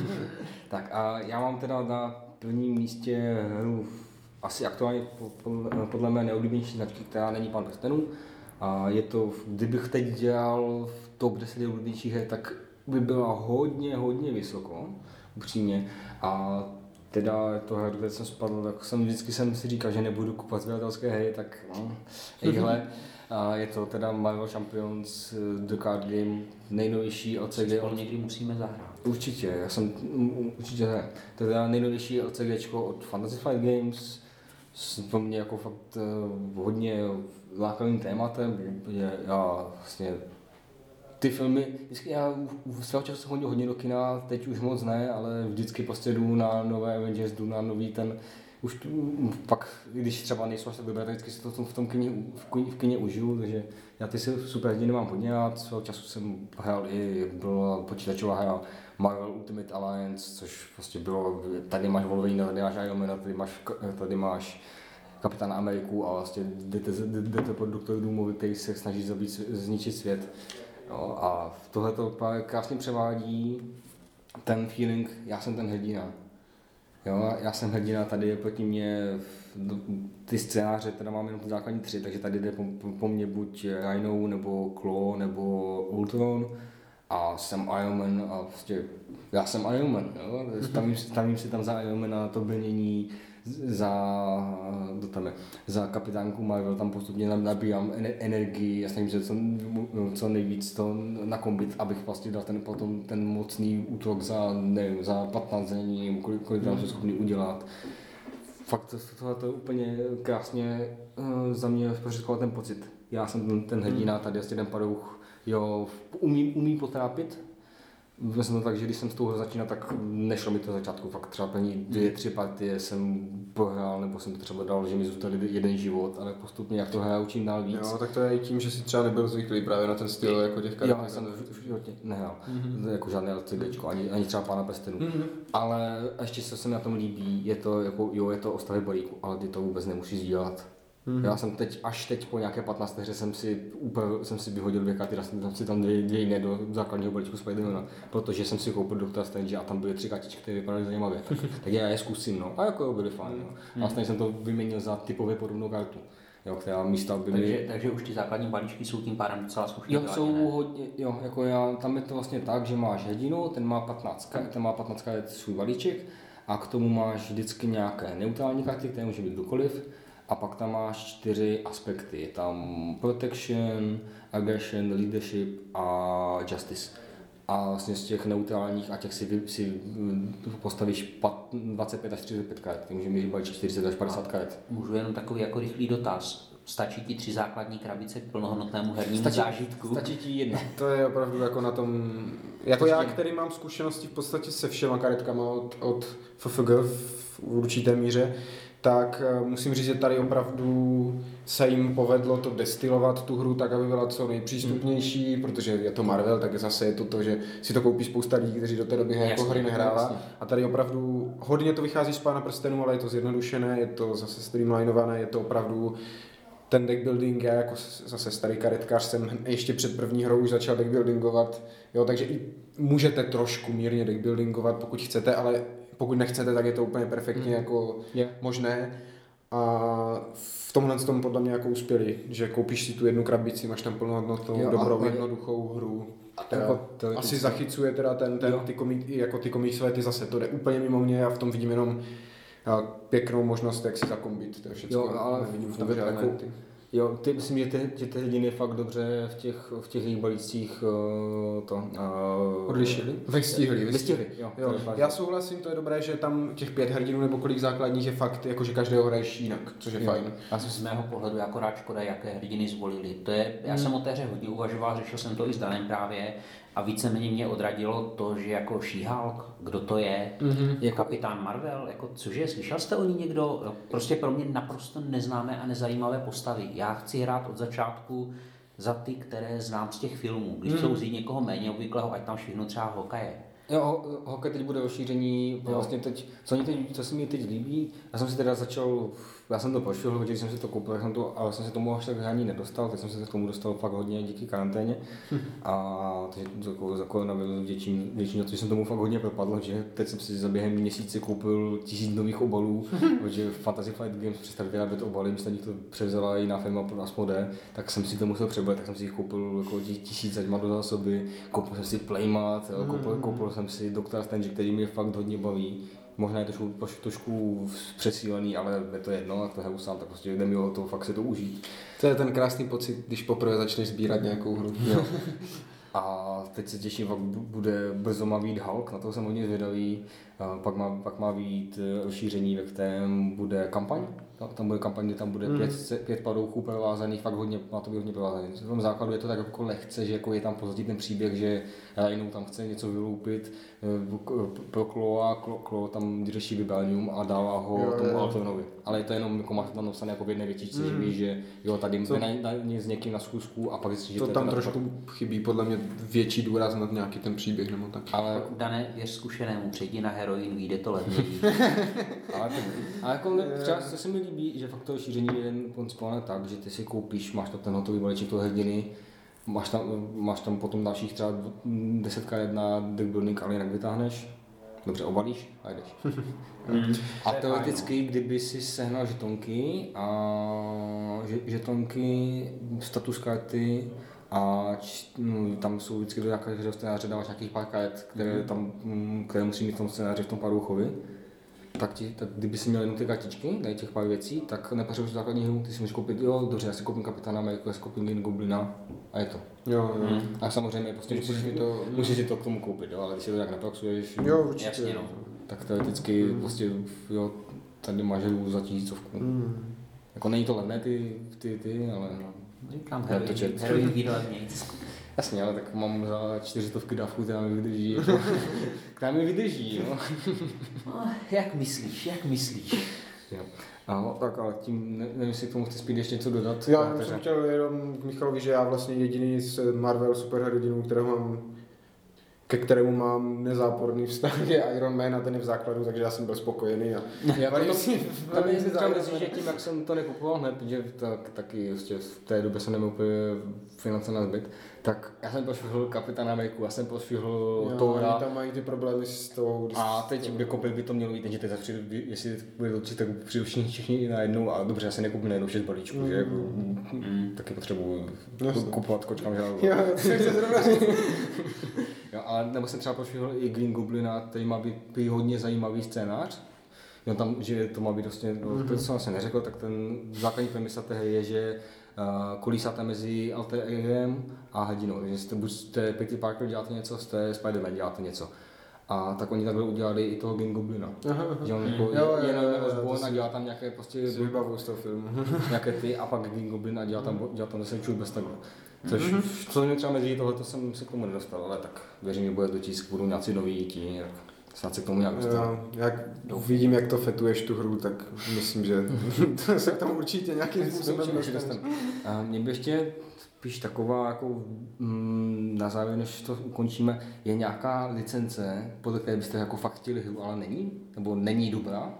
tak a já mám teda na prvním místě hru asi aktuálně podle mé nejoblíbenější značky, která není Pán prstenů. A je to, kdybych teď dělal top deset nejoblíbenějších her, tak by byla hodně, hodně vysoko, upřímně. A teda to hra, kde jsem spadl, tak jsem vždycky jsem si říkal, že nebudu kupovat sběratelské hry, tak no, ejhle. A je to teda Marvel Champions The Card Game, nejnovější L C G. Spolu někdy musíme zahrát. Určitě, já jsem určitě ne. To je teda nejnovější LCGčko od Fantasy Flight Games, pro mě jako fakt uh, hodně lákavým tématem, že já vlastně ty filmy, vždycky já v svého času hodně, hodně do kina, teď už moc ne, ale vždycky prostě jdu na nové Avengers, jdu na nový ten, už tu, pak, když třeba nejsou až tak dobré, vždycky si to v tom kině, v kině, v kině užiju, takže já ty si super hrdiny mám hodně rád, svého času jsem hrál i, byla počítačová hra Marvel Ultimate Alliance, což prostě bylo, tady máš Wolverine, tady máš Iron Man, tady máš, tady máš Kapitána Ameriku a vlastně jdete, jdete pod doktor Doomovi, který se snaží zabít, zničit svět. No, a tohle to krásně převádí ten feeling, já jsem ten hrdina. Jo, já jsem hrdina, tady je proti mě ty scénáře, teda mám jenom ty základní tři, takže tady jde po, po mně buď Rhino, nebo Claw, nebo Ultron a jsem Iron Man a prostě já jsem Iron Man, jo? Stavím, stavím si tam za Iron Mana to brnění, za, to tam je, za kapitánku Marvel tam postupně nabírám energii a snažím se co, co nejvíc to nakombit, abych vlastně dal ten, potom ten mocný útok za, nevím, za patnáct zranění, kolik, kolik tam jsem schopný udělat. Fakt tohle to je úplně krásně uh, za mě zprostředkovat ten pocit. Já jsem ten, ten hrdina, tady asi ten padouch, jo, umí, umí potrápit. Myslím to tak, že když jsem s tou začínal, tak nešlo mi to začátku, fakt třeba plní dvě, tři partie jsem prohrál, nebo jsem to třeba dal, že mi zůstal jeden život, ale postupně jak to hraju čím dál víc. Jo, tak to je i tím, že si třeba nebyl zvyklý právě na ten styl jako těch karet. Jo, já jsem v životě nehrál, mm-hmm. jako žádné LCGčko, ani, ani třeba Pána prstenů, mm-hmm. ale ještě se mi na tom líbí, je to jako, jo, je to o stavě balíku, ale ty to vůbec nemusíš dělat. Mm-hmm. Já jsem teď, až teď po nějaké patnácté hře jsem si úplně, jsem si vyhodil dvě karty, dal jsem si tam dvě, dvě jiné do základního balíčku Spidermana, protože jsem si koupil Doktora Strange a tam byly tři kartičky, které vypadaly zajímavě, tak, tak já je zkusím, no, a jako jo, byly fajn, no. Mm-hmm. Vlastně jsem to vyměnil za typově podobnou kartu, jo, která místa by takže, mě... takže už ty základní balíčky jsou tím pádem docela slušně Jo, jsou hodně, jo, jako já, tam je to vlastně tak, že máš hrdinu, ten má patnáct karet, ten má patnáct karet svůj balíček a k tomu máš vždycky nějaké neutrální karty, které může být kdokoliv. A pak tam máš čtyři aspekty. Je tam protection, aggression, leadership a justice. A vlastně z těch neutrálních a těch si, si postavíš dvacet pět až čtyřicet pět karet. Ty můžeš mít balíček čtyřicet až padesát karet. Můžu jenom takový jako rychlý dotaz. Stačí ti tři základní krabice k plnohodnotnému hernímu stačí, zážitku? Stačí ti jedna. To je opravdu jako na tom, jako já, který mám zkušenosti v podstatě se všema karetkama od, od F F G v určité míře, tak musím říct, že tady opravdu se jim povedlo to destilovat tu hru tak, aby byla co nejpřístupnější, mm. protože je to Marvel, tak zase je to to, že si to koupí spousta lidí, kteří do té doby jasně, jako hry nehrála. Jasně. A tady opravdu hodně to vychází z Pána prstenů, ale je to zjednodušené, je to zase streamlinované, je to opravdu ten deck building, já jako zase starý karetkář jsem ještě před první hrou už začal deck buildingovat, jo, takže i můžete trošku mírně deck buildingovat, pokud chcete, ale pokud nechcete, tak je to úplně perfektně mm. jako yeah. možné. A v tomhle tom podle mě jako uspěli, že koupíš si tu jednu krabici, máš tam plnohodnotnou, dobrou, jednoduchou hru. Která jako asi zachycuje teda ten, ten, ty, komik, jako ty komiksové, ty zase to jde úplně mimo mě a v tom vidím jenom pěknou možnost, jak si zakombit. To je všechno, jo, ale nevidím v tom žádné ty. Jo, ty myslím, že ty, že ty hrdiny fakt dobře v těch, v těch jejich balících uh, to... Uh, odlišili? Vystihli. Vystihli, jo. jo. Já souhlasím, to je dobré, že tam těch pět hrdinů nebo kolik základních je fakt, jako že každého hraješ jinak, což je jo. fajn. A z mého pohledu je akorát škoda, jaké hrdiny zvolili. To je, já hmm. jsem o té hře hodně uvažoval, řešil jsem to i s Danem právě a víceméně mě odradilo to, že jako She-Hulk, kdo to je, mm-hmm. je kapitán Marvel, jako cože, slyšel jste o ní někdo? Prostě pro mě naprosto neznámé a nezajímavé postavy. Já chci hrát od začátku za ty, které znám z těch filmů. Když chcou vzít někoho méně obvyklého, ať tam švihnu třeba Hawkeye. Jo, Hawkeye teď bude rozšíření, vlastně teď, co, teď, co se mi teď líbí, já jsem si teda začal, já jsem to pošel, když jsem si to koupil, jsem to, ale jsem se tomu až tak ani nedostal, teď jsem se k tomu dostal fakt hodně díky karanténě a takže za, za koronavirus vděčím, vděčím, protože jsem tomu fakt hodně propadl, že teď jsem si za během měsíce koupil tisíc nových obalů, protože Fantasy Flight Games přestali vyrábět obaly, myslím, že to převzala jiná firma pro Asmodee, tak jsem si to musel přebrat, tak jsem si jich koupil jako tisíc ať má do zásoby, koupil jsem si Playmat, koupil, koupil jsem si Doktora Strange, který mě fakt hodně baví. Možná je to trošku, trošku přesílený, ale je to jedno, jak to hru sám, tak prostě jde mi o to fakt si to užít. To je ten krásný pocit, když poprvé začneš sbírat nějakou hru. Jo. A teď se těším, fakt bude brzo má vyjít Hulk, na to jsem hodně zvědavý. Pak má, pak má vyjít rozšíření, ve kterém bude kampaň. Tam bude kampaň, kde tam bude mm. pět, pět padouchů provázaných, fakt hodně, má to být hodně provázaný. V tom základu je to tak jako lehce, že jako je tam pozadí ten příběh, že Rhino tam chce něco vyloupit pro Kloa, Klo, Klo tam řeší Vibranium a dává ho jo, tomu Altonovi. Ale je to jenom, jako máte tam napsané jako v jedné větičce, mm. že víš, že jo, tady to, na, na, s někým na zkusku a pak zjistíš, že to, to tam je trošku pak... chybí podle mě větší důraz na nějaký ten příběh nebo tak. Ale Dané, věř zkušenému, přejdi na heroin, vyjde to levněji. ale, to, ale jako ne, třeba se mi líbí, že fakt to šíření je jen koncipované tak, že ty si koupíš, máš tam ten hotový balíček toho hrdiny, máš tam, máš tam potom dalších třeba desetka jedna deck building, ale jinak vytáhneš, dobře obalíš a jdeš. mm. A teoreticky, kdyby si sehnal žetonky a žetonky, status karty a č, no, tam jsou vždycky do nějakého scénáře dáváš nějakých pár karet, které, tam, které musí mít v tom scénáři v tom padouchovi. tak, ti, tak kdyby si měl jenom ty kartičky, tady těch pár věcí, tak nepotřebuješ základní hru, ty si můžeš koupit, jo, dobře, já si koupím Kapitána Ameriku, já si koupím Green Goblina a je to. Jo, jo. Hmm. A samozřejmě prostě musíš si to, musíš si to k tomu koupit, jo, ale když si to tak nepraxuješ, Jo, určitě. Jasně, no. tak teoreticky hmm. prostě, jo, tady máš hru za tisícovku. Hmm. Jako není to levné ty, ty, ty, ale no. Říkám, heroin výdat nic. Jasně, ale tak mám za čtyřistovky dávku, která mi vydrží, jako, která mi vydrží, jo. No, jak myslíš, jak myslíš? Jo. No, tak ale tím, ne, nevím, jestli k tomu chci spíš ještě něco dodat. Já jsem chtěl jenom k Michalovi, že já vlastně jediný z Marvel superhrdinů, kterého mám, ke kterému mám nezáporný vztah, je Iron Man a ten je v základu, takže já jsem byl spokojený. A já to, si, to mě třeba mrzí, že tím, jak jsem to nekupoval hned, protože tak, taky prostě v té době jsem neměl úplně finance na zbyt, tak já jsem pošvihl Kapitána Ameriku, já jsem pošvihl Thora. Tam mají ty problémy s tou... A teď by koupit by to mělo být, že teď přijdu, jestli bude to tak přijdu všichni, všichni najednou a dobře, já si nekoupím najednou šest balíčků, mm. že jako, mm. taky potřebuji kupovat kočkám žrádlo. Jo, to se chce zrovna říct. Jo, ale nebo jsem třeba pošvihl i Green Goblina, který má být hodně zajímavý scénář. Jo, tam, že to má být vlastně, no, mm-hmm. to jsem vlastně neřekl, tak ten základní premisa té hry je, že uh, kolísáte mezi alter egem a hrdinou. Takže jste, buď jste Peter Parker, děláte něco, jste Spider-Man, děláte něco. A tak oni takhle udělali i toho Green Goblina. Aha, aha. Že on jako jo, je na Osborn a dělá tam nějaké prostě... Si vybavuju z toho filmu. Nějaké ty a pak Green Goblin a dělá tam, dělá tam zase čut bez takhle. Což, mm-hmm. co mě třeba mezi tohle, to jsem se k tomu nedostal, ale tak věřím, že bude dotisk, budou nějací noví ti, snad se k tomu nějak dostal. Jak vidím, jak to fetuješ tu hru, tak myslím, že se k tomu určitě nějakým způsobem dostane. A mě by ještě spíš taková, jako mm, na závěr, než to ukončíme, je nějaká licence, podle které byste jako fakt chtěli hru, ale není? Nebo není dobrá?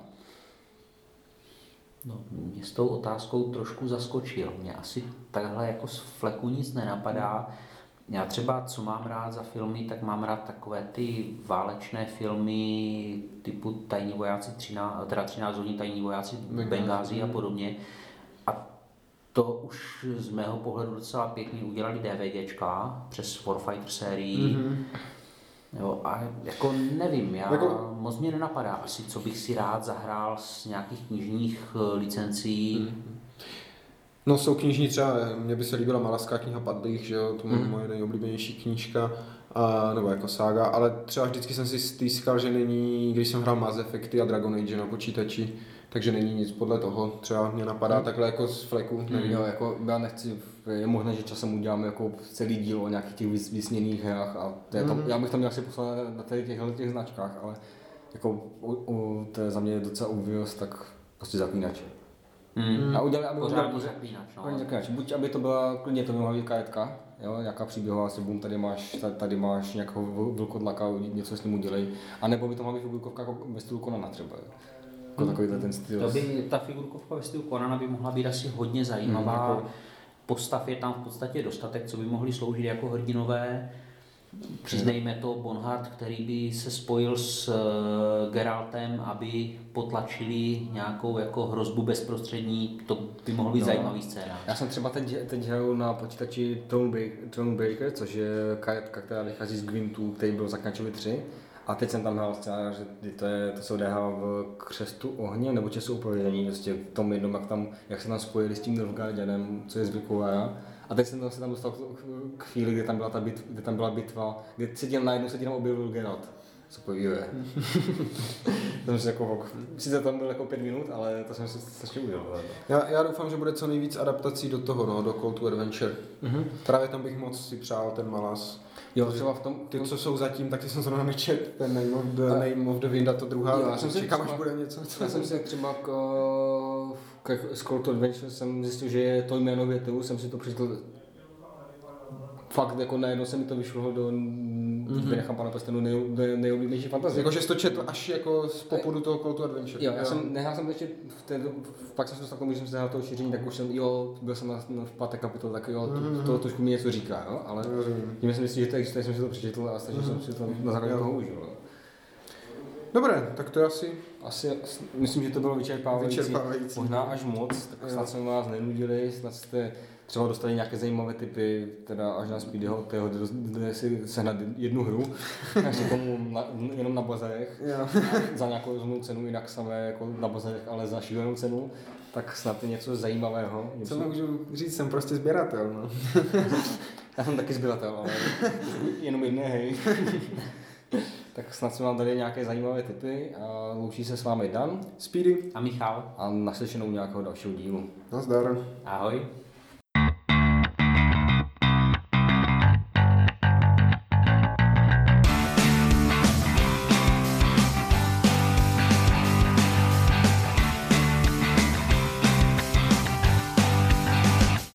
No, mě s tou otázkou trošku zaskočil. Mě asi takhle jako z fleku nic nenapadá. Já třeba, co mám rád za filmy, tak mám rád takové ty válečné filmy typu Tajní vojáci třináct, teda třináct hodin Tajní vojáci Bengázi a podobně. A to už z mého pohledu docela pěkně udělali DVDčka přes Warfighter sérii. Mm-hmm. Jo, a jako nevím, já jako... moc mě nenapadá asi, co bych si rád zahrál z nějakých knižních licencí. Mm. No jsou knižní třeba, mně by se líbila Malaská kniha padlých, že jo, to je mm. moje nejoblíbenější knížka, a, nebo jako sága, ale třeba vždycky jsem si stýskal, že není, když jsem hrál Mass Effecty a Dragon Age na počítači, takže není nic podle toho, třeba mě napadá mm. takhle jako z fleku, nevím. Jo, jako já nechci, je možné, že časem uděláme jako celý díl o nějakých těch vysněných hrách a tam, mm. já bych tam měl si poslal na těch, těch značkách, ale jako u, u, to je za mě docela obvious, tak prostě Zaklínač. Mm. A udělali, aby pořádný udělali, Zaklínač, no. Zaklínač. Buď aby to byla, klidně to mohla být karetka, jo, nějaká příběhová, si bum, tady máš, tady, tady máš nějakého vlkodlaka, něco s ním udělej, a nebo by to mohla být figurkovka jako ve stylu Conana třeba. Jako mm. takovýhle ten styl. To by, ta figurkovka ve stylu Conana by mohla být asi hodně zajímavá. Mm, jako... Postav je tam v podstatě dostatek, co by mohli sloužit jako hrdinové. Přiznejme to, Bonhart, který by se spojil s uh, Geraltem, aby potlačili nějakou jako hrozbu bezprostřední, to by mohl být no. zajímavý scénář. Já jsem třeba teď, teď hraju na počítači Thronebreaker, což je karetka, která vychází z Gwyntu, který byl Zaklínačovi tři. A teď jsem tam hrál scénář, že to, je, to se odehrává v Křestu ohně, nebo Času upovědění, vlastně v tom jednom, jak, tam, jak se tam spojili s tím Nilfgaardianem, co je z Vikuvara. A teď jsem se tam dostal k chvíli, kdy tam byla ta bitva, kde tam byla bitva, kdy se tím najednou se tím objevil Geralt. Co pojívě. To jsem jako, sice tam byl jako pět minut, ale to jsem si strašně udělal. Já, já doufám, že bude co nejvíc adaptací do toho, no, do Call to Adventure. Mm-hmm. Právě tam bych moc si přál ten Malas. Jo, třeba v tom, ty, co jsou zatím, tak ty jsem zrovna nečet, ten Name of the, a... Name of the Wind a to druhá, jo, já jsem si čekám, až bude něco. Co já jsem si třeba k, k, k Call to Adventure jsem zjistil, že je to jméno větu, jsem si to přečetl. Fakt jako najednou se mi to vyšlo do mm-hmm. vynechám Pana prstenů nej, nej, nejoblíbenější fantazie. Jako že jsi to četl až jako z popudu toho Call to Adventure. Jo, já jo. jsem, nehrál jsem to ještě, v té, pak jsem se dostal k tomu, že jsem se hrál toho šíření, tak už jsem, jo, byl jsem na, no, v páté kapitole, tak jo, to, mm-hmm. to, to trošku mi něco říká, jo, ale mm-hmm. tím jsem myslel, že to existuje, jsem si to přečetl a stačil mm-hmm. jsem si to na základě toho užil. Dobré, tak to je asi... Asi, myslím, že to bylo vyčerpávající, vyčerpávající. Možná až moc, tak snad jsme vás nenudili, snad jste třeba dostali nějaké zajímavé typy, teda až na Speedyho, toho jde si sehnat jednu hru, takže tomu na, jenom na bazarech, za nějakou rozumnou cenu, jinak samé jako na bazarech, ale za šílenou cenu, tak snad je něco zajímavého. Co můžu říct, jsem prostě sběratel, no. Já jsem taky sběratel, ale jenom jedné, hej. Tak snad jsme vám dali nějaké zajímavé tipy a loučí se s vámi Dan, Speedy a Michal. A naslyšenou nějakého dalšího dílu. Nazdar. Ahoj.